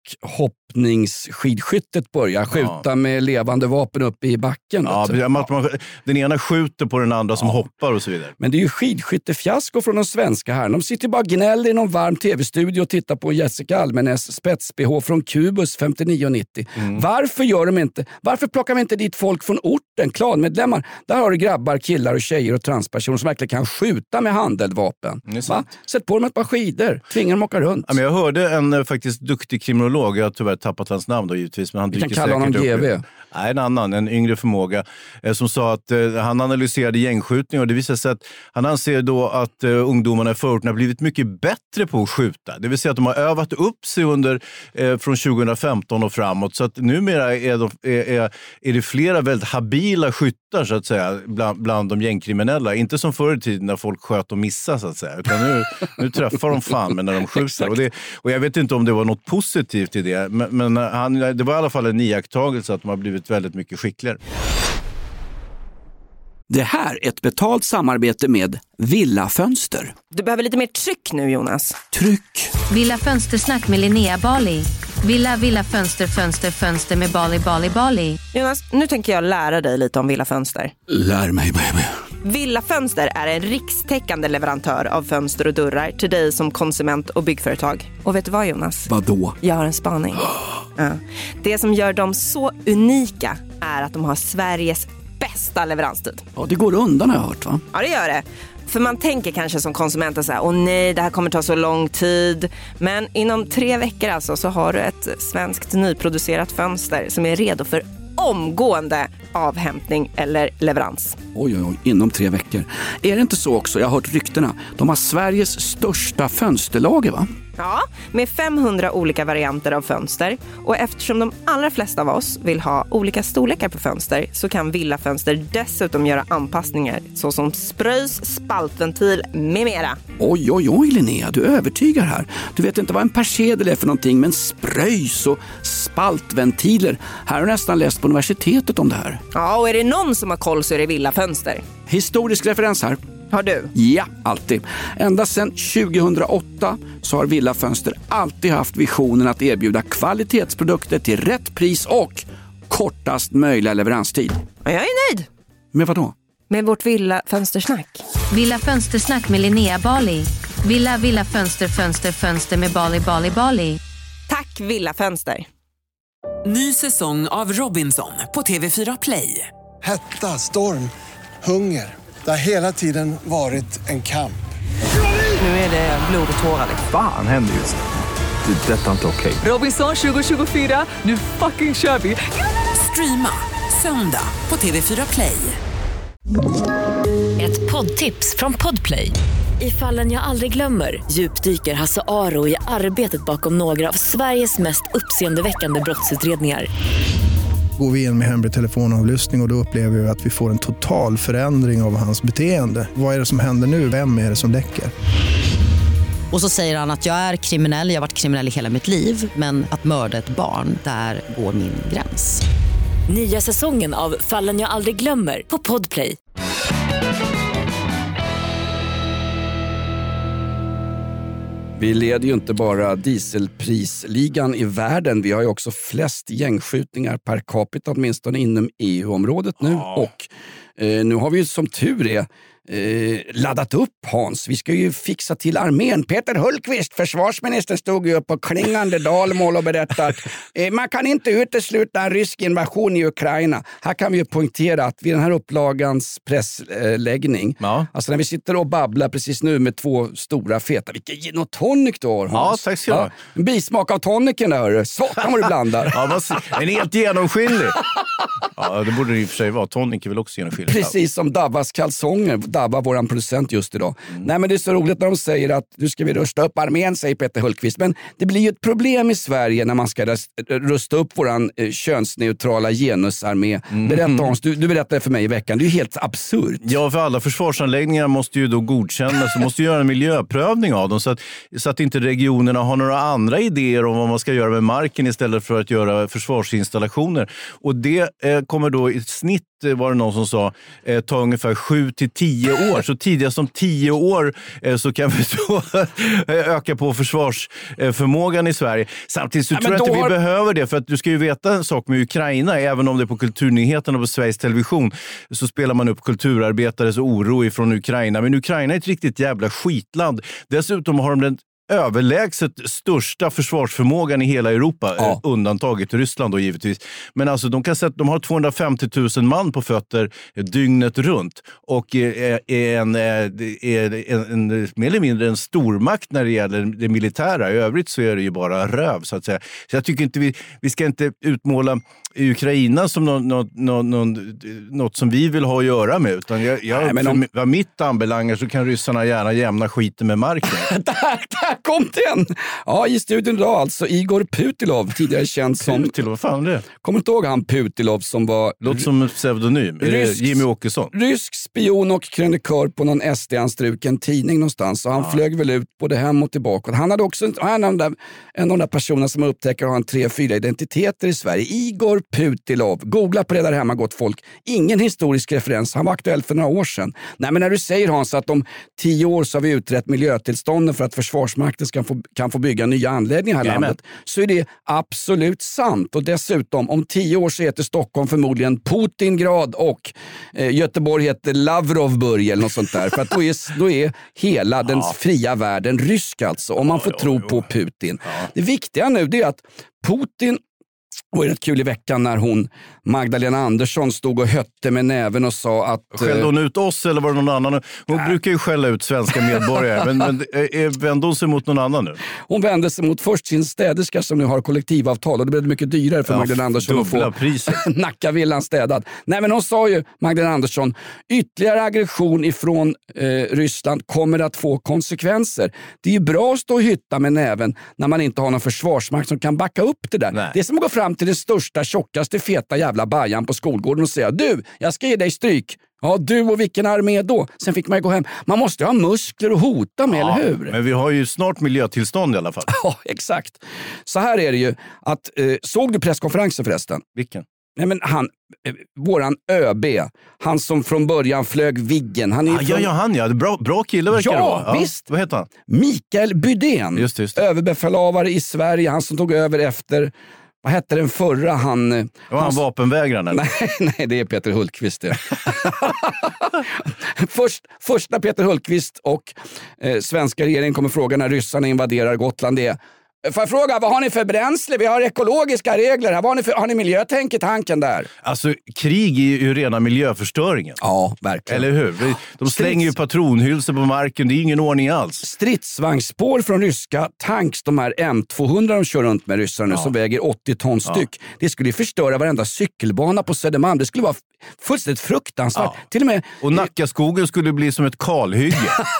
S5: hoppningsskidskyttet börjar. Skjuta ja. med levande vapen uppe i backen.
S6: Ja, man, man, den ena skjuter på den andra som ja. hoppar och så vidare.
S5: Men det är ju skidskyttefiasko från de svenska här. De sitter bara gnäller i någon varm tv-studio och tittar på Jessica Almenäs spets-B H från Kubus femtionio nittio. Mm. Varför gör de inte? Varför plockar vi inte dit folk från orten, klanmedlemmar? Där har du grabbar, killar och tjejer och transpersoner som verkligen kan skjuta med handeldvapen. Va? Sätt på dem ett par skidor, tvinga dem åka runt.
S6: Ja, men jag hörde en faktiskt duktig kriminolog, jag har tyvärr tappat hans namn då givetvis, men han
S5: vi kan kalla honom G V.
S6: Nej, en annan, en yngre förmåga, eh, som sa att eh, han analyserade gängskjutningar och det visade sig att han anser då att eh, ungdomarna i förorten har blivit mycket bättre på att skjuta. Det vill säga att de har övat upp sig under eh, från tjugohundrafemton och framåt, så att numera är, de, är, är det flera väldigt habila skyttar så att säga bland, bland de gängkriminella. Inte som förr i tiden när folk sköt och missade så att säga, utan nu, nu träffar de fan med när de skjuter. Och, det, och jag vet inte om det var något positivt i det, men, men han, det var i alla fall en iakttagelse att de har blivit väldigt mycket skickligare.
S5: Det här är ett betalt samarbete med Villa Fönster.
S12: Du behöver lite mer tryck nu, Jonas.
S5: Tryck!
S13: Villa Fönstersnack med Linnea Bali. Villa, Villa Fönster, Fönster, Fönster med Bali, Bali, Bali.
S12: Jonas, nu tänker jag lära dig lite om Villa Fönster.
S5: Lär mig, baby.
S12: Villa Fönster är en rikstäckande leverantör av fönster och dörrar till dig som konsument och byggföretag. Och vet du vad, Jonas?
S5: Vadå?
S12: Jag har en spaning. Ja. Det som gör dem så unika är att de har Sveriges bästa leveranstid.
S5: Ja, det går undan har jag hört, va?
S12: Ja, det gör det. För man tänker kanske som konsument så här, åh nej, det här kommer ta så lång tid. Men inom tre veckor alltså så har du ett svenskt nyproducerat fönster som är redo för omgående avhämtning eller leverans.
S5: Oj, oj, oj, inom tre veckor. Är det inte så också, jag har hört ryktena, de har Sveriges största fönsterlager, va?
S12: Ja, med femhundra olika varianter av fönster. Och eftersom de allra flesta av oss vill ha olika storlekar på fönster så kan Villa Fönster dessutom göra anpassningar såsom spröjs, spaltventil med mera.
S5: Oj, oj, oj Linnea, du övertygar här. Du vet inte vad en persedel är för någonting, men spröjs och spaltventiler. Här har jag nästan läst på universitetet om det här.
S12: Ja, och är det någon som har koll så är det Villa Fönster.
S5: Historisk referens här.
S12: Har du?
S5: Ja, alltid. Ända sedan tjugohundraåtta så har Villa Fönster alltid haft visionen att erbjuda kvalitetsprodukter till rätt pris och kortast möjliga leveranstid.
S12: Jag är nöjd.
S5: Med vad då?
S12: Med vårt Villa Fönstersnack.
S13: Villa Fönstersnack med Linnea Bali. Villa, Villa Fönster, Fönster, Fönster med Bali, Bali, Bali.
S12: Tack Villa Fönster.
S1: Ny säsong av Robinson på T V fyra Play.
S2: Hetta, storm, hunger. Det har hela tiden varit en kamp.
S12: Nu är det blod och tårar.
S3: Fan händer just det. Det är detta inte okej.
S1: Okay. Robinson tjugo tjugofyra, nu fucking kör vi. Streama söndag på T V fyra Play.
S4: Ett poddtips från Podplay. I Fallen jag aldrig glömmer djupdyker Hasse Aro i arbetet bakom några av Sveriges mest uppseendeväckande brottsutredningar.
S10: Går vi in med hemlig telefonavlyssning och, och då upplever vi att vi får en total förändring av hans beteende. Vad är det som händer nu? Vem är det som läcker?
S11: Och så säger han att jag är kriminell, jag har varit kriminell i hela mitt liv. Men att mörda ett barn, där går min gräns.
S4: Nya säsongen av Fallen jag aldrig glömmer på Podplay.
S5: Vi leder ju inte bara dieselprisligan i världen. Vi har ju också flest gängskjutningar per capita, åtminstone inom E U-området nu. Ja. Och eh, nu har vi ju som tur är eh, laddat upp, Hans. Vi ska ju fixa till armén. Peter Hultqvist, försvarsministern, stod ju upp på klingande dalmål och berättade att eh, man kan inte utesluta en rysk invasion i Ukraina. Här kan vi ju poängtera att vid den här upplagans pressläggning, ja. Alltså när vi sitter och babblar precis nu med två stora feta, vilken gin och tonic du har, Hans.
S6: Ja, tack ska du ha.
S5: En bismak av tonicen där, satan vad du blandar.
S6: Ja, en helt genomskinlig. Ja, det borde det i och för sig vara. Tonic är väl också genomskinlig.
S5: Precis som Davas kalsonger. Dabba, våran producent just idag. Mm. Nej, men det är så roligt när de säger att nu ska vi rusta upp armén, säger Peter Hultqvist. Men det blir ju ett problem i Sverige när man ska rusta upp våran eh, könsneutrala genusarmé. Mm. Berätta, Hans, du, du berättade för mig i veckan. Det är ju helt absurt.
S6: Ja, för alla försvarsanläggningar måste ju då godkännas. Så måste göra en miljöprövning av dem så att, så att inte regionerna har några andra idéer om vad man ska göra med marken istället för att göra försvarsinstallationer. Och det det eh, kommer då i snitt, eh, var det någon som sa, eh, ta ungefär sju till tio år. Så tidigast om tio år eh, så kan vi då öka på försvarsförmågan i Sverige. Samtidigt så ja, tror jag inte har... vi behöver det, för att du ska ju veta en sak med Ukraina, även om det är på Kulturnyheterna på Sveriges Television så spelar man upp kulturarbetares oro ifrån Ukraina. Men Ukraina är ett riktigt jävla skitland. Dessutom har de den överlägset största försvarsförmågan i hela Europa, ja. undantaget Ryssland då givetvis. Men alltså de kan säga att de har tvåhundrafemtio tusen man på fötter dygnet runt och är en, är en, en mer eller mindre en stormakt när det gäller det militära. I övrigt så är det ju bara röv så att säga. Så jag tycker inte vi, vi ska inte utmåla Ukraina som något, något, något, något som vi vill ha att göra med, utan jag, jag, Nej, men om... för, vad mitt anbelangar så kan ryssarna gärna jämna skiten med marken.
S5: där, där kom den! Ja, i studion idag alltså Igor Putilov, tidigare känd som...
S6: Putilov, vad fan är det?
S5: Kommer inte ihåg han Putilov som var...
S6: Låter som en pseudonym. Är rysk, det Jimmy Åkesson?
S5: Rysk spion och krönikör på någon S D-anstruken tidning någonstans. Så han ja. flög väl ut både hem och tillbaka. Han hade också en av de där, en av de där personerna som upptäcker att ha en tre, fyra identiteter i Sverige. Igor Putilov. Googla på det där hemma, gott folk. Ingen historisk referens. Han var aktuell för några år sedan. Nej, men när du säger, Hans, att om tio år så har vi utrett miljötillstånden för att Försvarsmakten ska få, kan få bygga nya anläggningar här i landet, så är det absolut sant. Och dessutom, om tio år så heter Stockholm förmodligen Putingrad och eh, Göteborg heter Lavrovburg eller något sånt där. För att då är, då är hela den ja. fria världen rysk alltså, om man får ja, tro ja, ja. på Putin. Ja. Det viktiga nu det är att Putin. Och det är rätt kul i veckan när hon, Magdalena Andersson, stod och hötte med näven och sa att...
S6: Skällde hon ut oss eller var det någon annan? Hon äh. brukar ju skälla ut svenska medborgare, men, men vände hon sig mot någon annan nu?
S5: Hon vände sig mot först sin städerska som nu har kollektivavtal och det blev mycket dyrare för ja, Magdalena Andersson att få Nackavillan städad. Nej, men hon sa ju, Magdalena Andersson, ytterligare aggression ifrån eh, Ryssland kommer att få konsekvenser. Det är ju bra att stå och hytta med näven när man inte har någon försvarsmakt som kan backa upp det där. Nej. Det är som att gå fram till det största, tjockaste, feta jävla bajan på skolgården och säga, du, jag ska ge dig stryk. Ja, du och vilken armé då? Sen fick man ju gå hem. Man måste ha muskler och hota med, ja, eller hur?
S6: Men vi har ju snart miljötillstånd i alla fall.
S5: Ja, exakt. Så här är det ju att, eh, såg du presskonferensen förresten?
S6: Vilken?
S5: Nej, men han, eh, våran ÖB, han som från början flög Viggen. Han är
S6: ah,
S5: från...
S6: Ja, ja, han ja. Bra, bra kille verkar det vara.
S5: Ja, visst.
S6: Vad heter han?
S5: Mikael Bydén.
S6: Just, just.
S5: Överbefälhavare i Sverige. Han som tog över efter... Vad hette den förra? Han,
S6: var han, han vapenvägraren?
S5: Nej, nej, det är Peter Hultqvist. Det. Först, första Peter Hultqvist och eh, svenska regeringen kommer fråga när ryssarna invaderar Gotland. Det är, får jag fråga, vad har ni för bränsle? Vi har ekologiska regler här. Vad har ni, för, har ni miljötänk i tanken där?
S6: Alltså, krig är ju rena miljöförstöringen.
S5: Ja, verkligen.
S6: Eller hur? De slänger Strids... ju patronhylsor på marken. Det är ingen ordning alls.
S5: Stridsvagnsspår från ryska tanks, de här M tvåhundra de kör runt med ryssarna nu, ja. som väger åttio ton styck. Ja. Det skulle ju förstöra varenda cykelbana på Södermalm. Det skulle vara fullständigt fruktansvärt. Ja. Till och med...
S6: Och Nackaskogen skulle bli som ett kalhygge.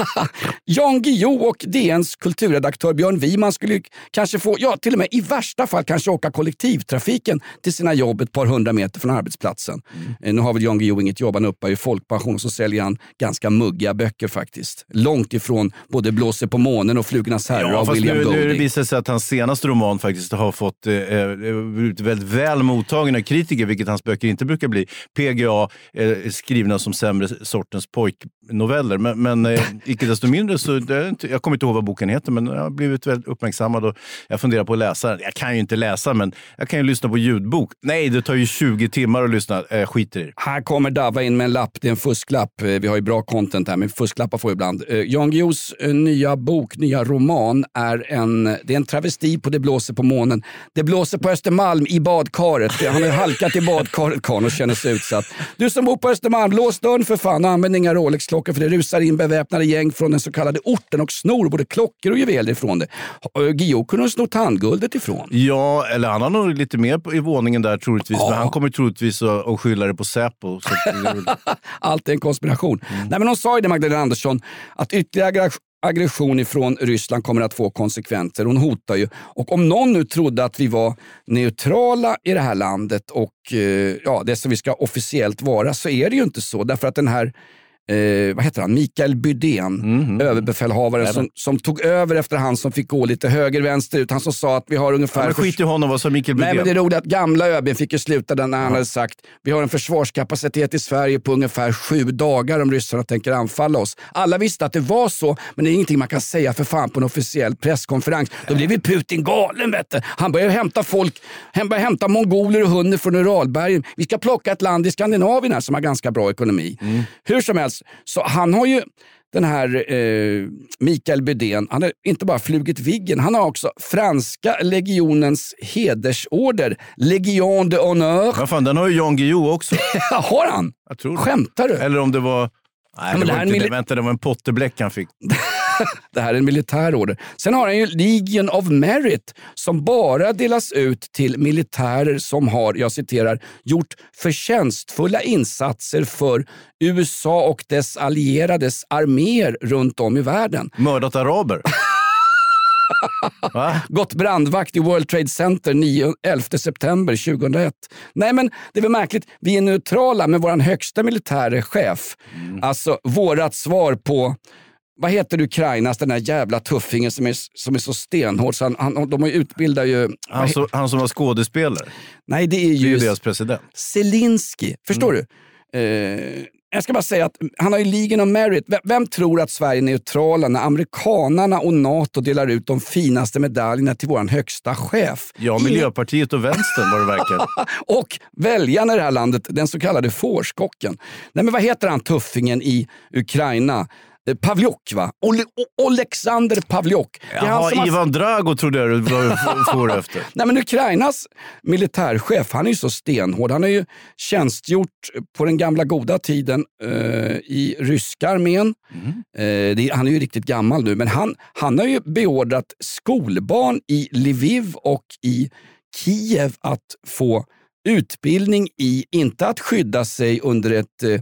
S5: Jan Guillou och D N:s kulturredaktör Björn Wiman skulle kanske få, ja till och med i värsta fall kanske åka kollektivtrafiken till sina jobb ett par hundra meter från arbetsplatsen. Mm. Nu har väl Jan Guillou inget jobb, han uppar ju folkpension och så säljer han ganska muggiga böcker faktiskt. Långt ifrån både Blåser på månen och Flugornas herre
S6: ja,
S5: av William
S6: nu,
S5: Golding.
S6: Nu visar sig att hans senaste roman faktiskt har fått eh, väldigt väl mottagen av kritiker, vilket hans böcker inte brukar bli. P G A eh, skrivna som sämre sortens pojknoveller. Men, men eh, icke desto mindre så, det, jag kommer inte ihåg vad boken heter, men jag har blivit väldigt uppmärksammad och jag funderar på att läsa den. Jag kan ju inte läsa, men jag kan ju lyssna på ljudbok. Nej, det tar ju tjugo timmar att lyssna. Äh, skiter i.
S5: Här kommer Dava in med en lapp. Det är en fusklapp. Vi har ju bra content här, men fusklappar får ibland. Jan Guillous nya bok, nya roman, är en, det är en travesti på Det blåser på månen. Det blåser på Östermalm i badkaret. Han har halkat i badkaret, kan och känner sig utsatt. Du som bor på Östermalm, lås dörren för fan och använd inga Rolex-klockor, för det rusar in beväpnade gäng från den så kallade orten och snor både klockor och juveler ifrån det. Guillou kunde snott tandguldet ifrån.
S6: Ja, eller han har nog lite mer på, i våningen där troligtvis, ja. Men han kommer troligtvis att, att skylla det på Säpo. Så
S5: allt är en konspiration. Mm. Nej, men hon sa ju det, Magdalena Andersson, att ytterligare aggression ifrån Ryssland kommer att få konsekvenser. Hon hotar ju. Och om någon nu trodde att vi var neutrala i det här landet och ja, det som vi ska officiellt vara, så är det ju inte så. Därför att den här Eh, vad heter han? Mikael Bydén, mm-hmm. överbefälhavaren som, som tog över efter han som fick gå lite höger, vänster ut. Han som sa att vi har ungefär... Ja,
S6: men skit i honom, vad sa Mikael Bydén?
S5: Nej, men det är roligt att gamla ÖB fick ju sluta den när han ja. hade sagt vi har en försvarskapacitet i Sverige på ungefär sju dagar om ryssarna tänker anfalla oss. Alla visste att det var så, men det är ingenting man kan säga för fan på en officiell presskonferens. Då blev vi Putin galen, vet du. Han började hämta folk, han började hämta mongoler och hunder från Uralbergen. Vi ska plocka ett land i Skandinavien här som har ganska bra ekonomi. Mm. Hur som helst, så han har ju den här eh, Mikael Bydén, han har inte bara flugit Viggen, han har också franska legionens hedersorder, Legion de Honneur.
S6: Ja fan, den har ju Jan Guillou också.
S5: Har han?
S6: Jag tror det.
S5: Skämtar du?
S6: Eller om det var... Nej, ja, det, det, var inte mili- det. Vänta, det var en potterbläck han fick.
S5: Det här är en militär order. Sen har han ju Legion of Merit som bara delas ut till militärer som har, jag citerar, gjort förtjänstfulla insatser för U S A och dess allierades arméer runt om i världen.
S6: Mördat araber.
S5: Gått brandvakt i World Trade Center elfte september tjugohundraett. Nej, men det är väl märkligt. Vi är neutrala med våran högsta militäre chef. Mm. Alltså vårat svar på... Vad heter Ukrainas, den här jävla tuffingen som är, som är så stenhård så han, han, de utbildar ju...
S6: Han, så, han som var skådespelare?
S5: Nej, det är ju...
S6: Det är ju deras president.
S5: Zelensky, förstår mm. du? Eh, jag ska bara säga att han har ju Legion of Merit. Vem, vem tror att Sverige är neutrala när amerikanerna och NATO delar ut de finaste medaljerna till våran högsta chef?
S6: Ja, Miljöpartiet och vänstern var det verkar.
S5: Och väljarna i det här landet, den så kallade fårskocken. Nej, men vad heter han tuffingen i Ukraina? Pavliok, va? Ole- Alexander Pavliok.
S6: Ja, Ivan har... Drago trodde jag du får efter.
S5: Nej, men Ukrainas militärchef, han är ju så stenhård. Han har ju tjänstgjort på den gamla goda tiden uh, i ryska armén. Mm. Uh, det, han är ju riktigt gammal nu, men han, han har ju beordrat skolbarn i Lviv och i Kiev att få utbildning i, inte att skydda sig under ett... Uh,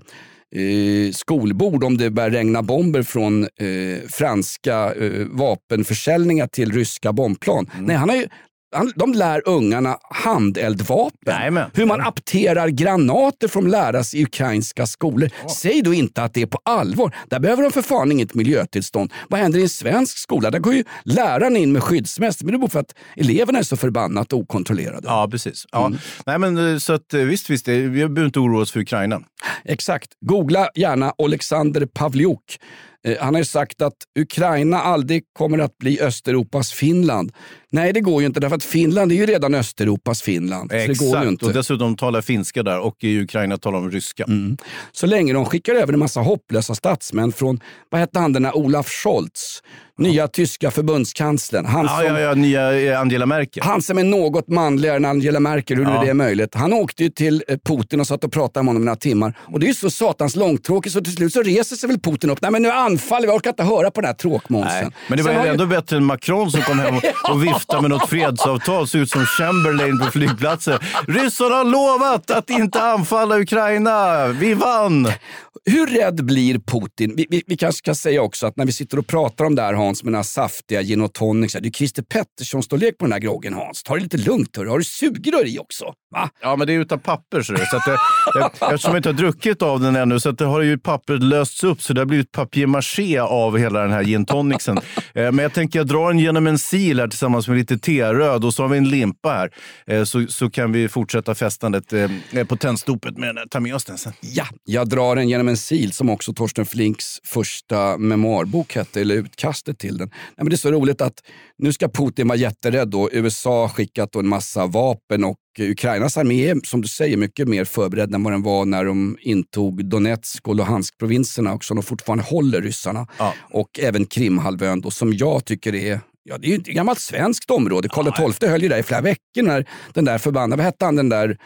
S5: Eh, skolbord om det börjar regna bomber från eh, franska eh, vapenförsäljningar till ryska bombplan. Mm. Nej, han har ju, han, de lär ungarna handeldvapen.
S6: Jajamän.
S5: Hur man apterar granater från läras i ukrainska skolor. Ja. Säg då inte att det är på allvar. Där behöver de för fan inget miljötillstånd. Vad händer i en svensk skola? Där går ju läraren in med skyddsmäst. Men det beror på att eleverna är så förbannat okontrollerade.
S6: Ja, precis. Ja. Mm. Nej, men så att visst, visst. Vi behöver inte oroa oss för Ukraina.
S5: Exakt. Googla gärna Alexander Pavliok. Han har ju sagt att Ukraina aldrig kommer att bli Östeuropas Finland. Nej, det går ju inte därför att Finland är ju redan Östeuropas Finland.
S6: Exakt,
S5: så det går ju inte.
S6: Och dessutom talar finska där och i Ukraina talar de ryska.
S5: Mm. Så länge de skickar över en massa hopplösa statsmän från, vad hette han den där Olaf Scholz? Nya ja. tyska förbundskanslern. Han
S6: ja,
S5: som,
S6: ja, ja, nya Angela Merkel.
S5: Han som är något manligare än Angela Merkel, hur ja. är det möjligt? Han åkte ju till Putin och satt och pratade med honom några timmar. Och det är ju så satans långtråkigt så till slut så reser sig väl Putin upp. Nej, men nu anfaller vi, orkar inte höra på den här tråkmånsen.
S6: Men det var ju ändå ju... bättre än Macron som kom hem och, och viftade med något fredsavtal, så ut som Chamberlain på flygplatser. Ryssarna har lovat att inte anfalla Ukraina. Vi vann!
S5: Hur rädd blir Putin? Vi, vi, vi kanske ska säga också att när vi sitter och pratar om det här, Hans, med den här saftiga gin och tonic, det är Christer Pettersson står lek på den här groggen, Hans. Ta det lite lugnt, hörru. Har du sugrör i också? Va?
S6: Ja, men det är utan papper. Så, det, så att det, jag, eftersom jag inte har druckit av den ännu så att det har ju pappret lösts upp så det har blivit papier-maché av hela den här gin tonicen. Men jag tänker jag drar den genom en sil här tillsammans med lite teröd och så har vi en limpa här. Så, så kan vi fortsätta festandet på tändstopet med den här. Ta med oss den sen.
S5: Ja, jag drar den genom en sil som också Torsten Flinks första memoarbok hette, eller utkastet till den. Nej, men det är så roligt att nu ska Putin vara jätterädd och U S A har skickat en massa vapen och Ukrainas armé är, som du säger, mycket mer förberedd än vad den var när de intog Donetsk och Luhansk-provinserna och som de fortfarande håller ryssarna. Ja. Och även Krimhalvön då, som jag tycker är, ja, det är ju ett gammalt svenskt område. Karl den tolfte höll ju där i flera veckor när den där förbannade, vad hette han, den där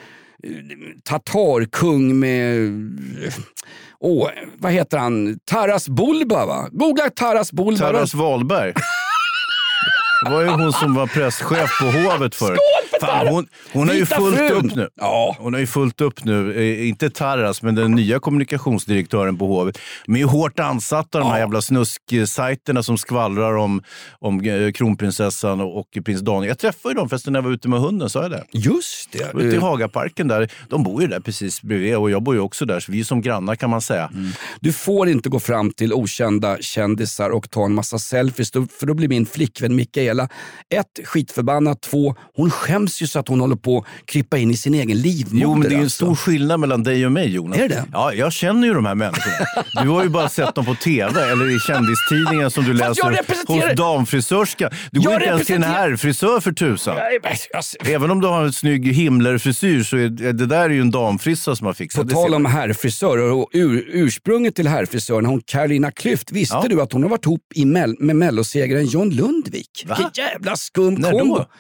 S5: tatarkung med, åh, vad heter han? Taras Bulba, va? Googla Taras Bulba.
S6: Taras Wahlberg. Det var ju hon som var presschef på hovet förut. Fan, hon, hon har ju fullt frun. upp nu. Ja, hon har ju fullt upp nu. Eh, inte Tarras, men den nya kommunikationsdirektören på hovet. De är ju hårt ansatta, de här ja. jävla snusksajterna som skvallrar om, om eh, kronprinsessan och, och prins Daniel. Jag träffade ju dem förresten när jag var ute med hunden, sa jag det?
S5: Just det.
S6: Ute i Hagaparken där. De bor ju där precis bredvid och jag bor ju också där. Så vi är som grannar kan man säga. Mm.
S5: Du får inte gå fram till okända kändisar och ta en massa selfies. För då blir min flickvän Mikaela ett, skitförbannat, två, hon skäms ju så att hon håller på att krypa in i sin egen livmoder.
S6: Jo, men det är ju en
S5: alltså.
S6: stor skillnad mellan dig och mig, Jonas.
S5: Är det?
S6: Ja, jag känner ju de här människorna. Du har ju bara sett dem på tv eller i kändistidningen som du läser representerar... hos damfrisörska. Du går inte ens till en herrfrisör för tusan. Även om du har en snygg himlerfrisyr så är det där är ju en damfrissa som har fixat.
S5: På tal om herrfrisörer och ur, ursprunget till herrfrisören, hon Carolina Klüft, visste ja. du att hon har varit ihop i mell- med mellosegaren John Lundvik? Va? Vilken jävla skum
S6: När
S5: kombo.
S6: Då?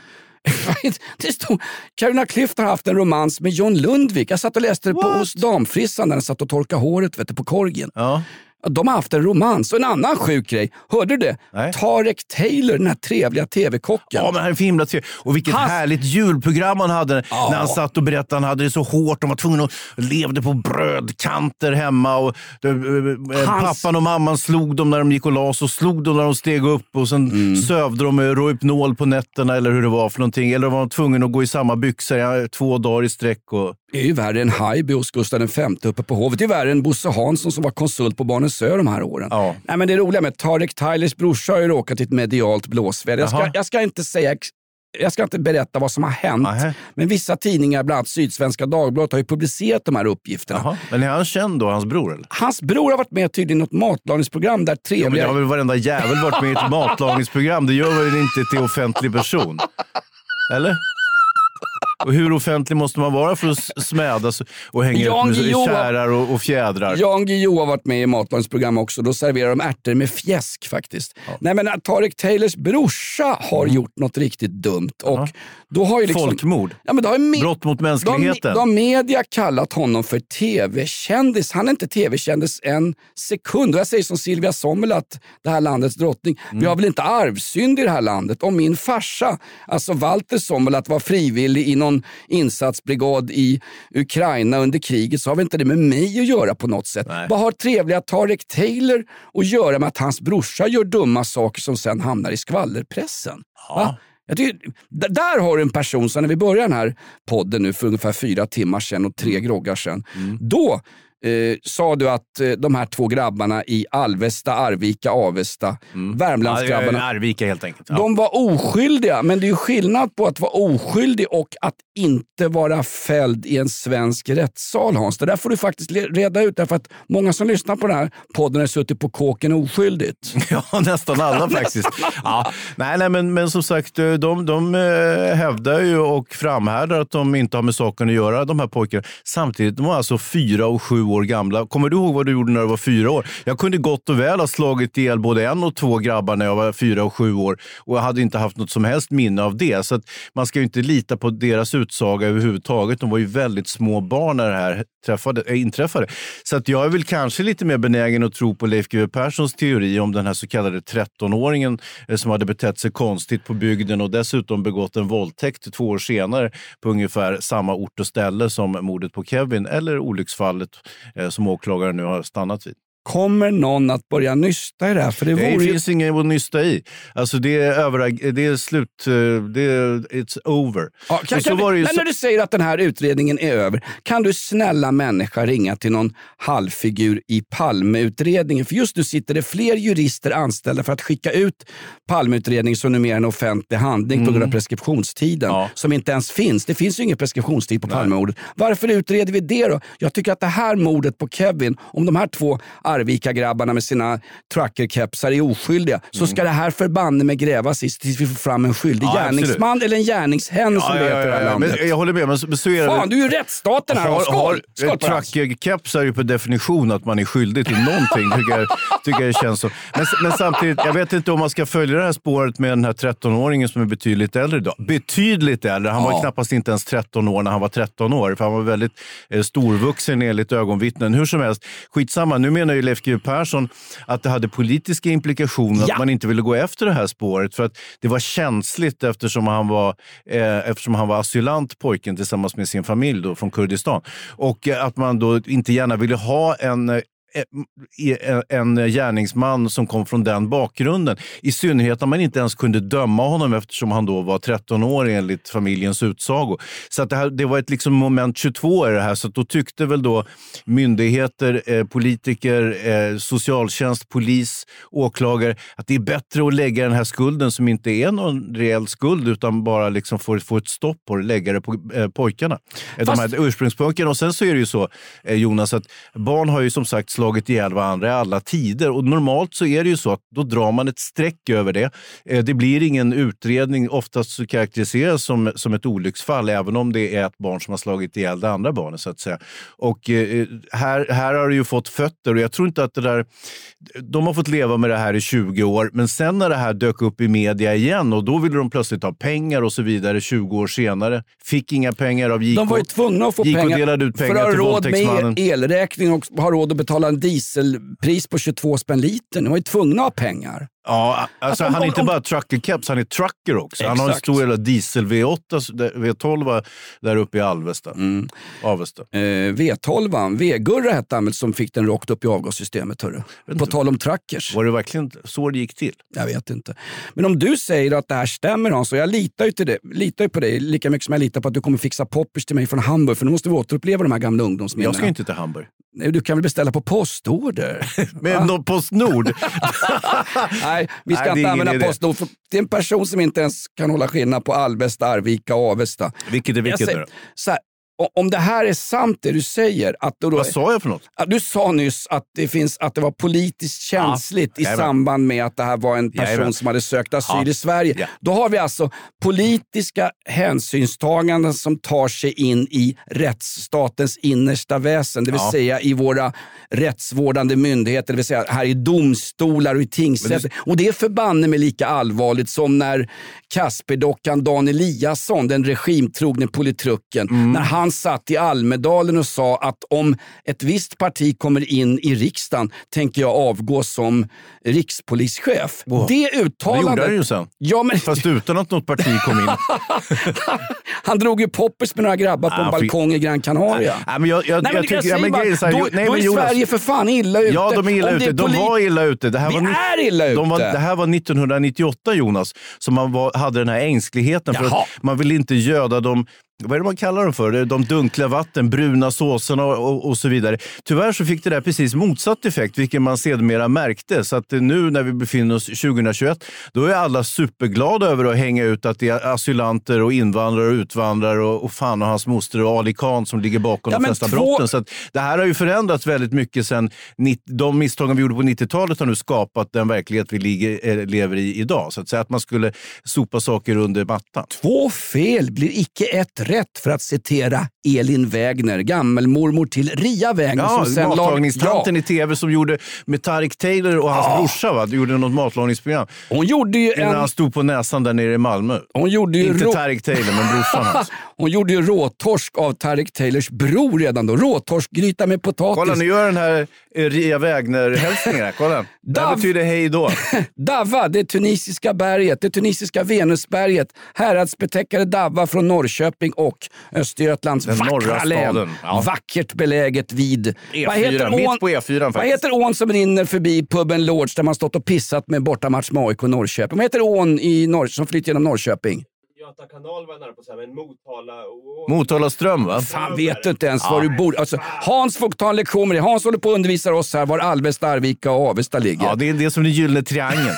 S5: Det stod, Carolina Klüft har haft en romans med John Lundvik. Jag satt och läste det på, hos damfrissan när den satt och torkade håret vet du, på korgen.
S6: Ja.
S5: De har haft en romans. Och en annan sjuk grej. Hörde du det?
S6: Nej.
S5: Tarek Taylor, den här trevliga tv-kocken.
S6: Ja, men han är för himla trevlig. Och vilket Has... härligt julprogram han hade. Ja. När han satt och berättade han hade det så hårt. De var tvungna att levde på brödkanter hemma. Och Hans... Pappan och mamman slog dem när de gick och las och slog dem när de steg upp. Och sen mm. sövde de med Rohypnol på nätterna eller hur det var för någonting. Eller var de tvungna att gå i samma byxor två dagar i sträck. Och...
S5: Det är ju värre än Haijby hos Gustav den femte uppe på hovet. Det är värre än Bosse Hansson som var konsult på Barnens Ö de här åren.
S6: Ja.
S5: Nej, men det roliga med Tarek Taylors brorsa har ju råkat i ett medialt blåsväder. Jag ska, jag ska inte säga... Jag ska inte berätta vad som har hänt. Aha. Men vissa tidningar, bland annat Sydsvenska Dagbladet, har ju publicerat de här uppgifterna.
S6: Aha. Men är han känd då, hans bror? Eller?
S5: Hans bror har varit med tydligen i något matlagningsprogram där trevliga... Ja, men
S6: det har väl varenda jävel varit med i ett matlagningsprogram. Det gör väl inte till offentlig person? Eller? Och hur offentlig måste man vara för att smädas och hänga Jan ut med kärar och, och fjädrar?
S5: Jan Guillou har varit med i matlagningsprogram också. Då serverar de ärtor med fjäsk faktiskt. Ja. Nej, men Tarek Taylors brorsa har mm. gjort något riktigt dumt. Och då har ju liksom,
S6: folkmord?
S5: Ja, men då har med,
S6: brott mot mänskligheten?
S5: Då har media kallat honom för tv-kändis. Han är inte tv-kändis en sekund. Och jag säger som Silvia Sommerlath, det här landets drottning. Mm. Vi har väl inte arvsynd i det här landet. Om min farsa, alltså Walter Sommerlath, var frivillig i någon insatsbrigad i Ukraina under kriget, så har vi inte det med mig att göra på något sätt. Nej. Vad har trevliga Tarek Taylor att göra med att hans brorsa gör dumma saker som sen hamnar i skvallerpressen? Ja. Va? Jag tycker, d- där har du en person som när vi började den här podden nu för ungefär fyra timmar sedan och tre groggar sedan, mm. då Eh, sa du att eh, de här två grabbarna i Alvesta, Arvika, Avesta, mm. Värmlandsgrabbarna,
S6: ja, Arvika helt enkelt. Ja.
S5: De var oskyldiga, men det är ju skillnad på att vara oskyldig och att inte vara fälld i en svensk rättssal, Hans. Det där får du faktiskt reda ut, därför att många som lyssnar på den här podden har suttit på kåken oskyldigt.
S6: Ja, nästan alla faktiskt. Ja. Nej, nej, men, men som sagt, de, de eh, hävdar ju och framhärdar att de inte har med saken att göra, de här pojkarna. Samtidigt, de var alltså fyra och sju år gamla. Kommer du ihåg vad du gjorde när du var fyra år? Jag kunde gott och väl ha slagit ihjäl både en och två grabbar när jag var fyra och sju år och jag hade inte haft något som helst minne av det. Så att man ska ju inte lita på deras utsaga överhuvudtaget. De var ju väldigt små barn när det här träffade, äh, inträffade. Så att jag är väl kanske lite mer benägen att tro på Leif G W Perssons teori om den här så kallade trettonåringen eh, som hade betett sig konstigt på bygden och dessutom begått en våldtäkt två år senare på ungefär samma ort och ställe som mordet på Kevin eller olycksfallet som åklagaren nu har stannat vid.
S5: Kommer någon att börja nysta i det här? För det,
S6: det
S5: vore...
S6: finns ingen att nysta i. Alltså det är, över, det är slut. Det är, it's over.
S5: Ja, kan, kan du, men så... när du säger att den här utredningen är över, kan du snälla människa ringa till någon halvfigur i Palmeutredningen? För just nu sitter det fler jurister anställda för att skicka ut Palmeutredningen som numera är en offentlig handling mm. på grund av preskriptionstiden ja. som inte ens finns. Det finns ju ingen preskriptionstid på Palmemordet. Varför utreder vi det då? Jag tycker att det här mordet på Kevin, om de här två Arvika-grabbarna med sina truckerkepsar är oskyldiga, mm. så ska det här förbanne med grävas i tills vi får fram en skyldig ja, gärningsman absolut. eller en gärningshän ja, som ja, det heter ja, ja, det här landet.
S6: Men jag håller med, men så är det...
S5: Fan, du är ju rättsstaten här.
S6: Har,
S5: skål,
S6: har,
S5: skål
S6: truckerkepsar är ju på definition att man är skyldig till någonting, tycker jag, tycker jag känns så. Men, men samtidigt, jag vet inte om man ska följa det här spåret med den här trettonåringen som är betydligt äldre idag. Betydligt äldre. Han ja. var knappast inte ens tretton år när han var tretton år, för han var väldigt eh, storvuxen enligt ögonvittnen. Hur som helst, skitsamma. Nu menar ju Leif G W Persson att det hade politiska implikationer
S5: Ja.
S6: att man inte ville gå efter det här spåret för att det var känsligt eftersom han var, eh, eftersom han var asylant, pojken tillsammans med sin familj då, från Kurdistan. Och eh, att man då inte gärna ville ha en eh, en gärningsman som kom från den bakgrunden. I synnerhet när man inte ens kunde döma honom eftersom han då var tretton år enligt familjens utsago. Så att det, här, det var ett liksom moment tjugotvå i det här. Så att då tyckte väl då myndigheter, eh, politiker, eh, socialtjänst, polis, åklagare att det är bättre att lägga den här skulden som inte är någon reell skuld utan bara liksom få, få ett stopp på det, lägga det på eh, pojkarna. Fast... De här ursprungspojkarna. Och sen så är det ju så, eh, Jonas, att barn har ju som sagt slagit ihjäl varandra i alla tider. Och normalt så är det ju så att då drar man ett streck över det. Eh, det blir ingen utredning. Oftast så karaktäriseras som, som ett olycksfall även om det är ett barn som har slagit ihjäl det andra barnet så att säga. Och eh, här, här har det ju fått fötter och jag tror inte att det där... De har fått leva med det här i tjugo år men sen när det här dök upp i media igen och då ville de plötsligt ha pengar och så vidare tjugo år senare. Fick inga pengar av J K.
S5: De var ju tvungna att få
S6: J K
S5: pengar,
S6: delade ut pengar
S5: för att ha
S6: till
S5: råd
S6: våldtäktsmannen.
S5: med elräkning och ha råd att betala en dieselpris på tjugotvå spänn liter. De var ju tvungna att ha pengar.
S6: Ja, alltså
S5: Om-
S6: han är
S5: om-
S6: inte
S5: om-
S6: bara trucker-caps, han är trucker också. Han har en
S5: Exakt.
S6: stor jävla diesel V åtta, V tolv där uppe i Alvesta.
S5: Mm.
S6: Avesta.
S5: Eh, V tolv, V-Gurra hette han väl som fick den rakt upp i avgassystemet. Hörru. På tal om truckers.
S6: Var det verkligen så det gick till?
S5: Jag vet inte. Men om du säger att det här stämmer Hans, och jag litar ju, till det, litar ju på dig lika mycket som jag litar på att du kommer fixa poppers till mig från Hamburg, för nu måste vi återuppleva de här gamla ungdomsminnena.
S6: Jag ska inte till Hamburg.
S5: Nej, du kan väl beställa på postorder?
S6: Med no, Postnord?
S5: Nej, vi ska
S6: Nej, det är
S5: inte
S6: ingen
S5: använda
S6: idé.
S5: Postnord. För det är en person som inte ens kan hålla skillnad på Alvesta, Arvika och Avesta.
S6: Vilket är vilket
S5: Jag säger,
S6: nu då?
S5: så här, o- om det här är sant det du säger. Att då,
S6: Vad sa jag för något?
S5: Att du sa nyss att det, finns, att det var politiskt känsligt
S6: Ja,
S5: i
S6: jajamän.
S5: samband med att det här var en person
S6: Jajamän.
S5: som hade sökt asyl
S6: Ja.
S5: i Sverige.
S6: Ja.
S5: Då har vi alltså politiska hänsynstaganden som tar sig in i rättsstatens innersta väsen. Det vill
S6: Ja.
S5: säga i våra rättsvårdande myndigheter, det vill säga här i domstolar och i tingsrätter. Och det är förbanne med lika allvarligt som när Kasperdockan Dan Eliasson, den regimtrogne politrucken,
S6: Mm.
S5: när han satt i Almedalen och sa att om ett visst parti kommer in i riksdagen tänker jag avgå som rikspolischef.
S6: Wow.
S5: Det
S6: Det
S5: uttalandet...
S6: gjorde han ju sen.
S5: Ja, men...
S6: Fast utan att något parti kom in.
S5: Han drog ju poppers med några grabbar på
S6: Ah,
S5: en
S6: för-
S5: balkong i Gran Canaria.
S6: Nej, men jag, jag,
S5: Nej, men
S6: jag tycker,
S5: jag
S6: ja,
S5: säger
S6: men
S5: bara,
S6: grejen är så här,
S5: då,
S6: jo- nej,
S5: då
S6: men
S5: är
S6: Jonas-
S5: Sverige för fan illa ute.
S6: Ja, de är illa
S5: Om det
S6: ute. De
S5: poli-
S6: var illa ute. Det här
S5: Vi
S6: var, ni-
S5: är illa ute.
S6: De var, det här var nittonhundranittioåtta, Jonas, som man var, hade den här ängsligheten. För
S5: Jaha.
S6: att man ville inte göda dem. Vad är det man kallar dem för? De dunkla vatten, bruna såserna och, och, och så vidare. Tyvärr så fick det där precis motsatt effekt, vilket man sedermera märkte. Så att nu när vi befinner oss tjugohundratjugoett, då är alla superglada över att hänga ut att det är asylanter och invandrare och utvandrare och, och fan och hans moster och Ali Khan som ligger bakom
S5: Ja,
S6: de
S5: men
S6: flesta
S5: två-
S6: brotten. Så att det här har ju förändrats väldigt mycket sen nitt- de misstagen vi gjorde på nittiotalet har nu skapat den verklighet vi ligger, eh, lever i idag. Så att säga att man skulle sopa saker under mattan.
S5: Två fel blir icke ett rätt, för att citera Elin Wägner, gammelmormor till Ria Wägner.
S6: Ja,
S5: som sen
S6: matlagningstanten
S5: lag...
S6: i tv som gjorde med Tareq Taylor och hans
S5: Ja.
S6: brorsa, va? De gjorde något matlagningsprogram.
S5: Hon gjorde ju
S6: Innan
S5: en...
S6: han stod på näsan där nere i Malmö.
S5: Hon gjorde ju
S6: Inte
S5: rå-
S6: Tareq Taylor, men brorsan hans.
S5: Hon gjorde ju råtorsk av Tareq Taylors bror redan då. Råtorskgryta med potatis.
S6: Kolla, nu gör den här eh, Ria Wägner-hälsningen här. Kolla. Det här
S5: Dav-
S6: betyder hej då.
S5: Davva, det tunisiska berget, det tunisiska Venusberget, häradsbetäckare Davva från Norrköping och Östergötlands
S6: Den norra
S5: vackra län.
S6: staden, ja.
S5: Vackert beläget vid...
S6: E fyra, mitt på E fyra
S5: Vad
S6: faktiskt.
S5: heter ån som rinner förbi puben Lords där man stått och pissat med bortamatch med A I K Norrköping? Vad heter ån i Norr, som flyter genom Norrköping?
S7: Göta kanal var jag nära på så här, men Motala... och-
S6: Motala Ström, va?
S5: Fan, vet du inte ens var du bor. Alltså, Hans får ta en lektion med dig. Hans håller på att undervisa oss här var Alvesta, Arvika och Avesta ligger.
S6: Ja, det är det som den gyllene triangeln.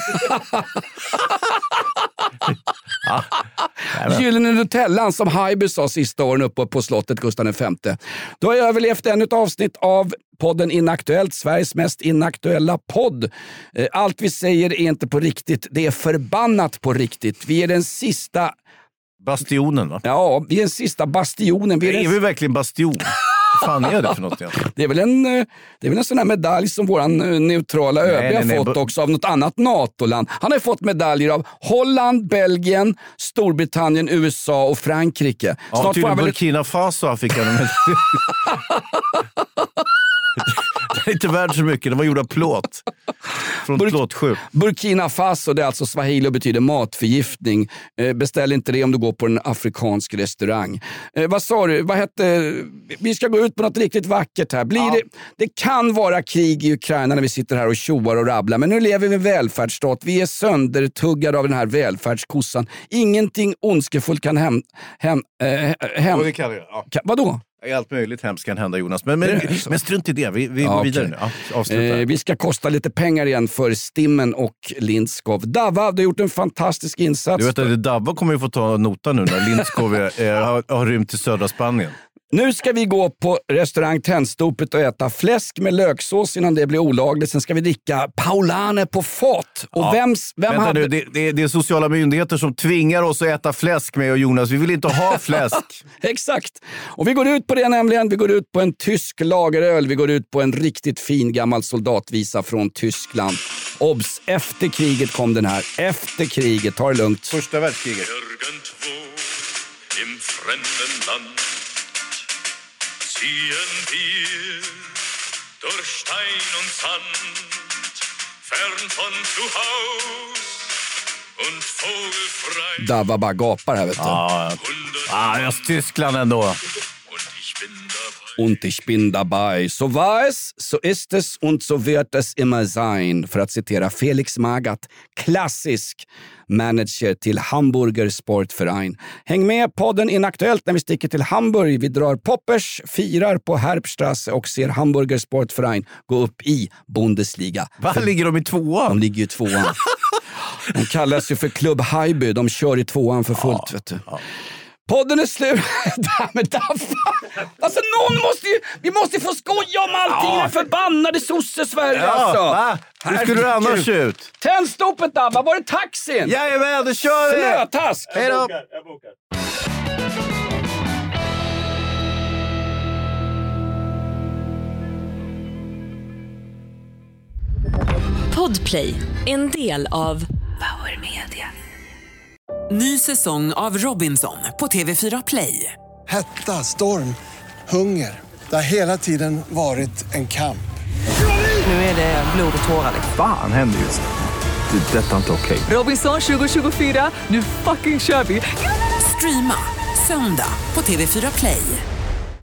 S6: Ja. Jajamän.
S5: Gyllene Nutellan som Haijby sa sista åren uppe på slottet Gustav den femte. Då har jag överlevt ännu ett avsnitt av podden Inaktuellt, Sveriges mest inaktuella podd. Eh, Allt vi säger är inte på riktigt, det är förbannat på riktigt. Vi är den sista...
S6: Bastionen, va?
S5: Ja, vi är den sista bastionen. Vi är,
S6: Är
S5: den...
S6: vi verkligen bastion? Vad fan är det för något egentligen?
S5: Det är väl en, eh, det är väl en sån här medalj som våran eh, neutrala ÖB
S6: nej,
S5: har
S6: nej.
S5: fått också av något annat NATO-land. Han har ju fått medaljer av Holland, Belgien, Storbritannien, U S A och Frankrike.
S6: Ja,
S5: Snart får
S6: tydligen
S5: han väl...
S6: Burkina Faso fick han med. är inte värd så mycket. Den var gjord av plåt. Från
S5: Bur-
S6: plåtsju.
S5: Burkina Faso, det är alltså swahili och betyder matförgiftning. Eh, beställ inte det om du går på en afrikansk restaurang. Eh, vad sa du? Vad hette... Vi ska gå ut på något riktigt vackert här. Blir
S6: Ja.
S5: det... det kan vara krig i Ukraina när vi sitter här och tjoar och rabblar. Men nu lever vi i en välfärdsstat. Vi är söndertuggade av den här välfärdskossan. Ingenting ondskefullt kan hem... hem, eh, hem.
S6: Och det kan det, ja.
S5: Ka- vadå?
S6: Allt möjligt hemskt kan hända, Jonas. Men, men, men strunt i det. Vi, vi
S5: Ja,
S6: går
S5: okej.
S6: vidare nu. Ja, avsluta.
S5: Eh, vi ska kosta lite pengar igen för Stimmen och Lindskov. Dava, du har gjort en fantastisk insats.
S6: Du vet att Dabba kommer ju få ta nota nu när Lindskov är, eh, har, har rymt till södra Spanien.
S5: Nu ska vi gå på restaurang Tändstopet och äta fläsk med löksås innan det blir olagligt. Sen ska vi dricka Paulane på fat. Och
S6: Ja.
S5: vems, vem
S6: Vänta
S5: hade...
S6: nu, det, det, det är sociala myndigheter som tvingar oss att äta fläsk med och Jonas. Vi vill inte ha fläsk.
S5: Exakt. Och vi går ut på det nämligen. Vi går ut på en tysk lageröl. Vi går ut på en riktigt fin gammal soldatvisa från Tyskland. Obs! Efter kriget kom den här. Efter kriget. Ta det lugnt.
S6: Första världskriget.
S8: Irgendwo im fremden Land ziehen wir durch Stein und Sand, fern von zu Haus und vogelfrei.
S5: Dava bara gapar här, vet du.
S6: Ja, ah, Östtyskland ändå.
S5: Und ich bin dabei. So war es, so ist es und so wird es immer sein. För att citera Felix Magath, klassisk manager till Hamburger Sportverein. Häng med podden Inaktuellt när vi sticker till Hamburg. Vi drar poppers, firar på Herbstrasse och ser Hamburger Sportverein gå upp i Bundesliga.
S6: Vad ligger de i tvåan?
S5: De ligger i tvåan. De kallas ju för Club Haijby. De kör i tvåan för fullt, ja, vet du. Ja. Podden är slut. Men alltså någon måste ju, vi måste få skoja om allting. Ja. Den förbannade sosse-Sverige,
S6: ja,
S5: alltså.
S6: Va? Hur skulle du annars se ut?
S5: Tändstopet, Dabba. Var det taxin?
S6: Jajamän, då kör vi!
S5: Snötask.
S6: Hej då!
S7: Jag bokar.
S4: Podplay, en del av Power Media.
S1: Ny säsong av Robinson på T V fyra Play.
S2: Hetta, storm, hunger. Det har hela tiden varit en kamp.
S1: Nu är det blod och tårar.
S3: Fan händer just det. Det är detta inte okej.
S1: Robinson tjugo tjugofyra, nu fucking kör vi. Streama söndag på T V fyra Play.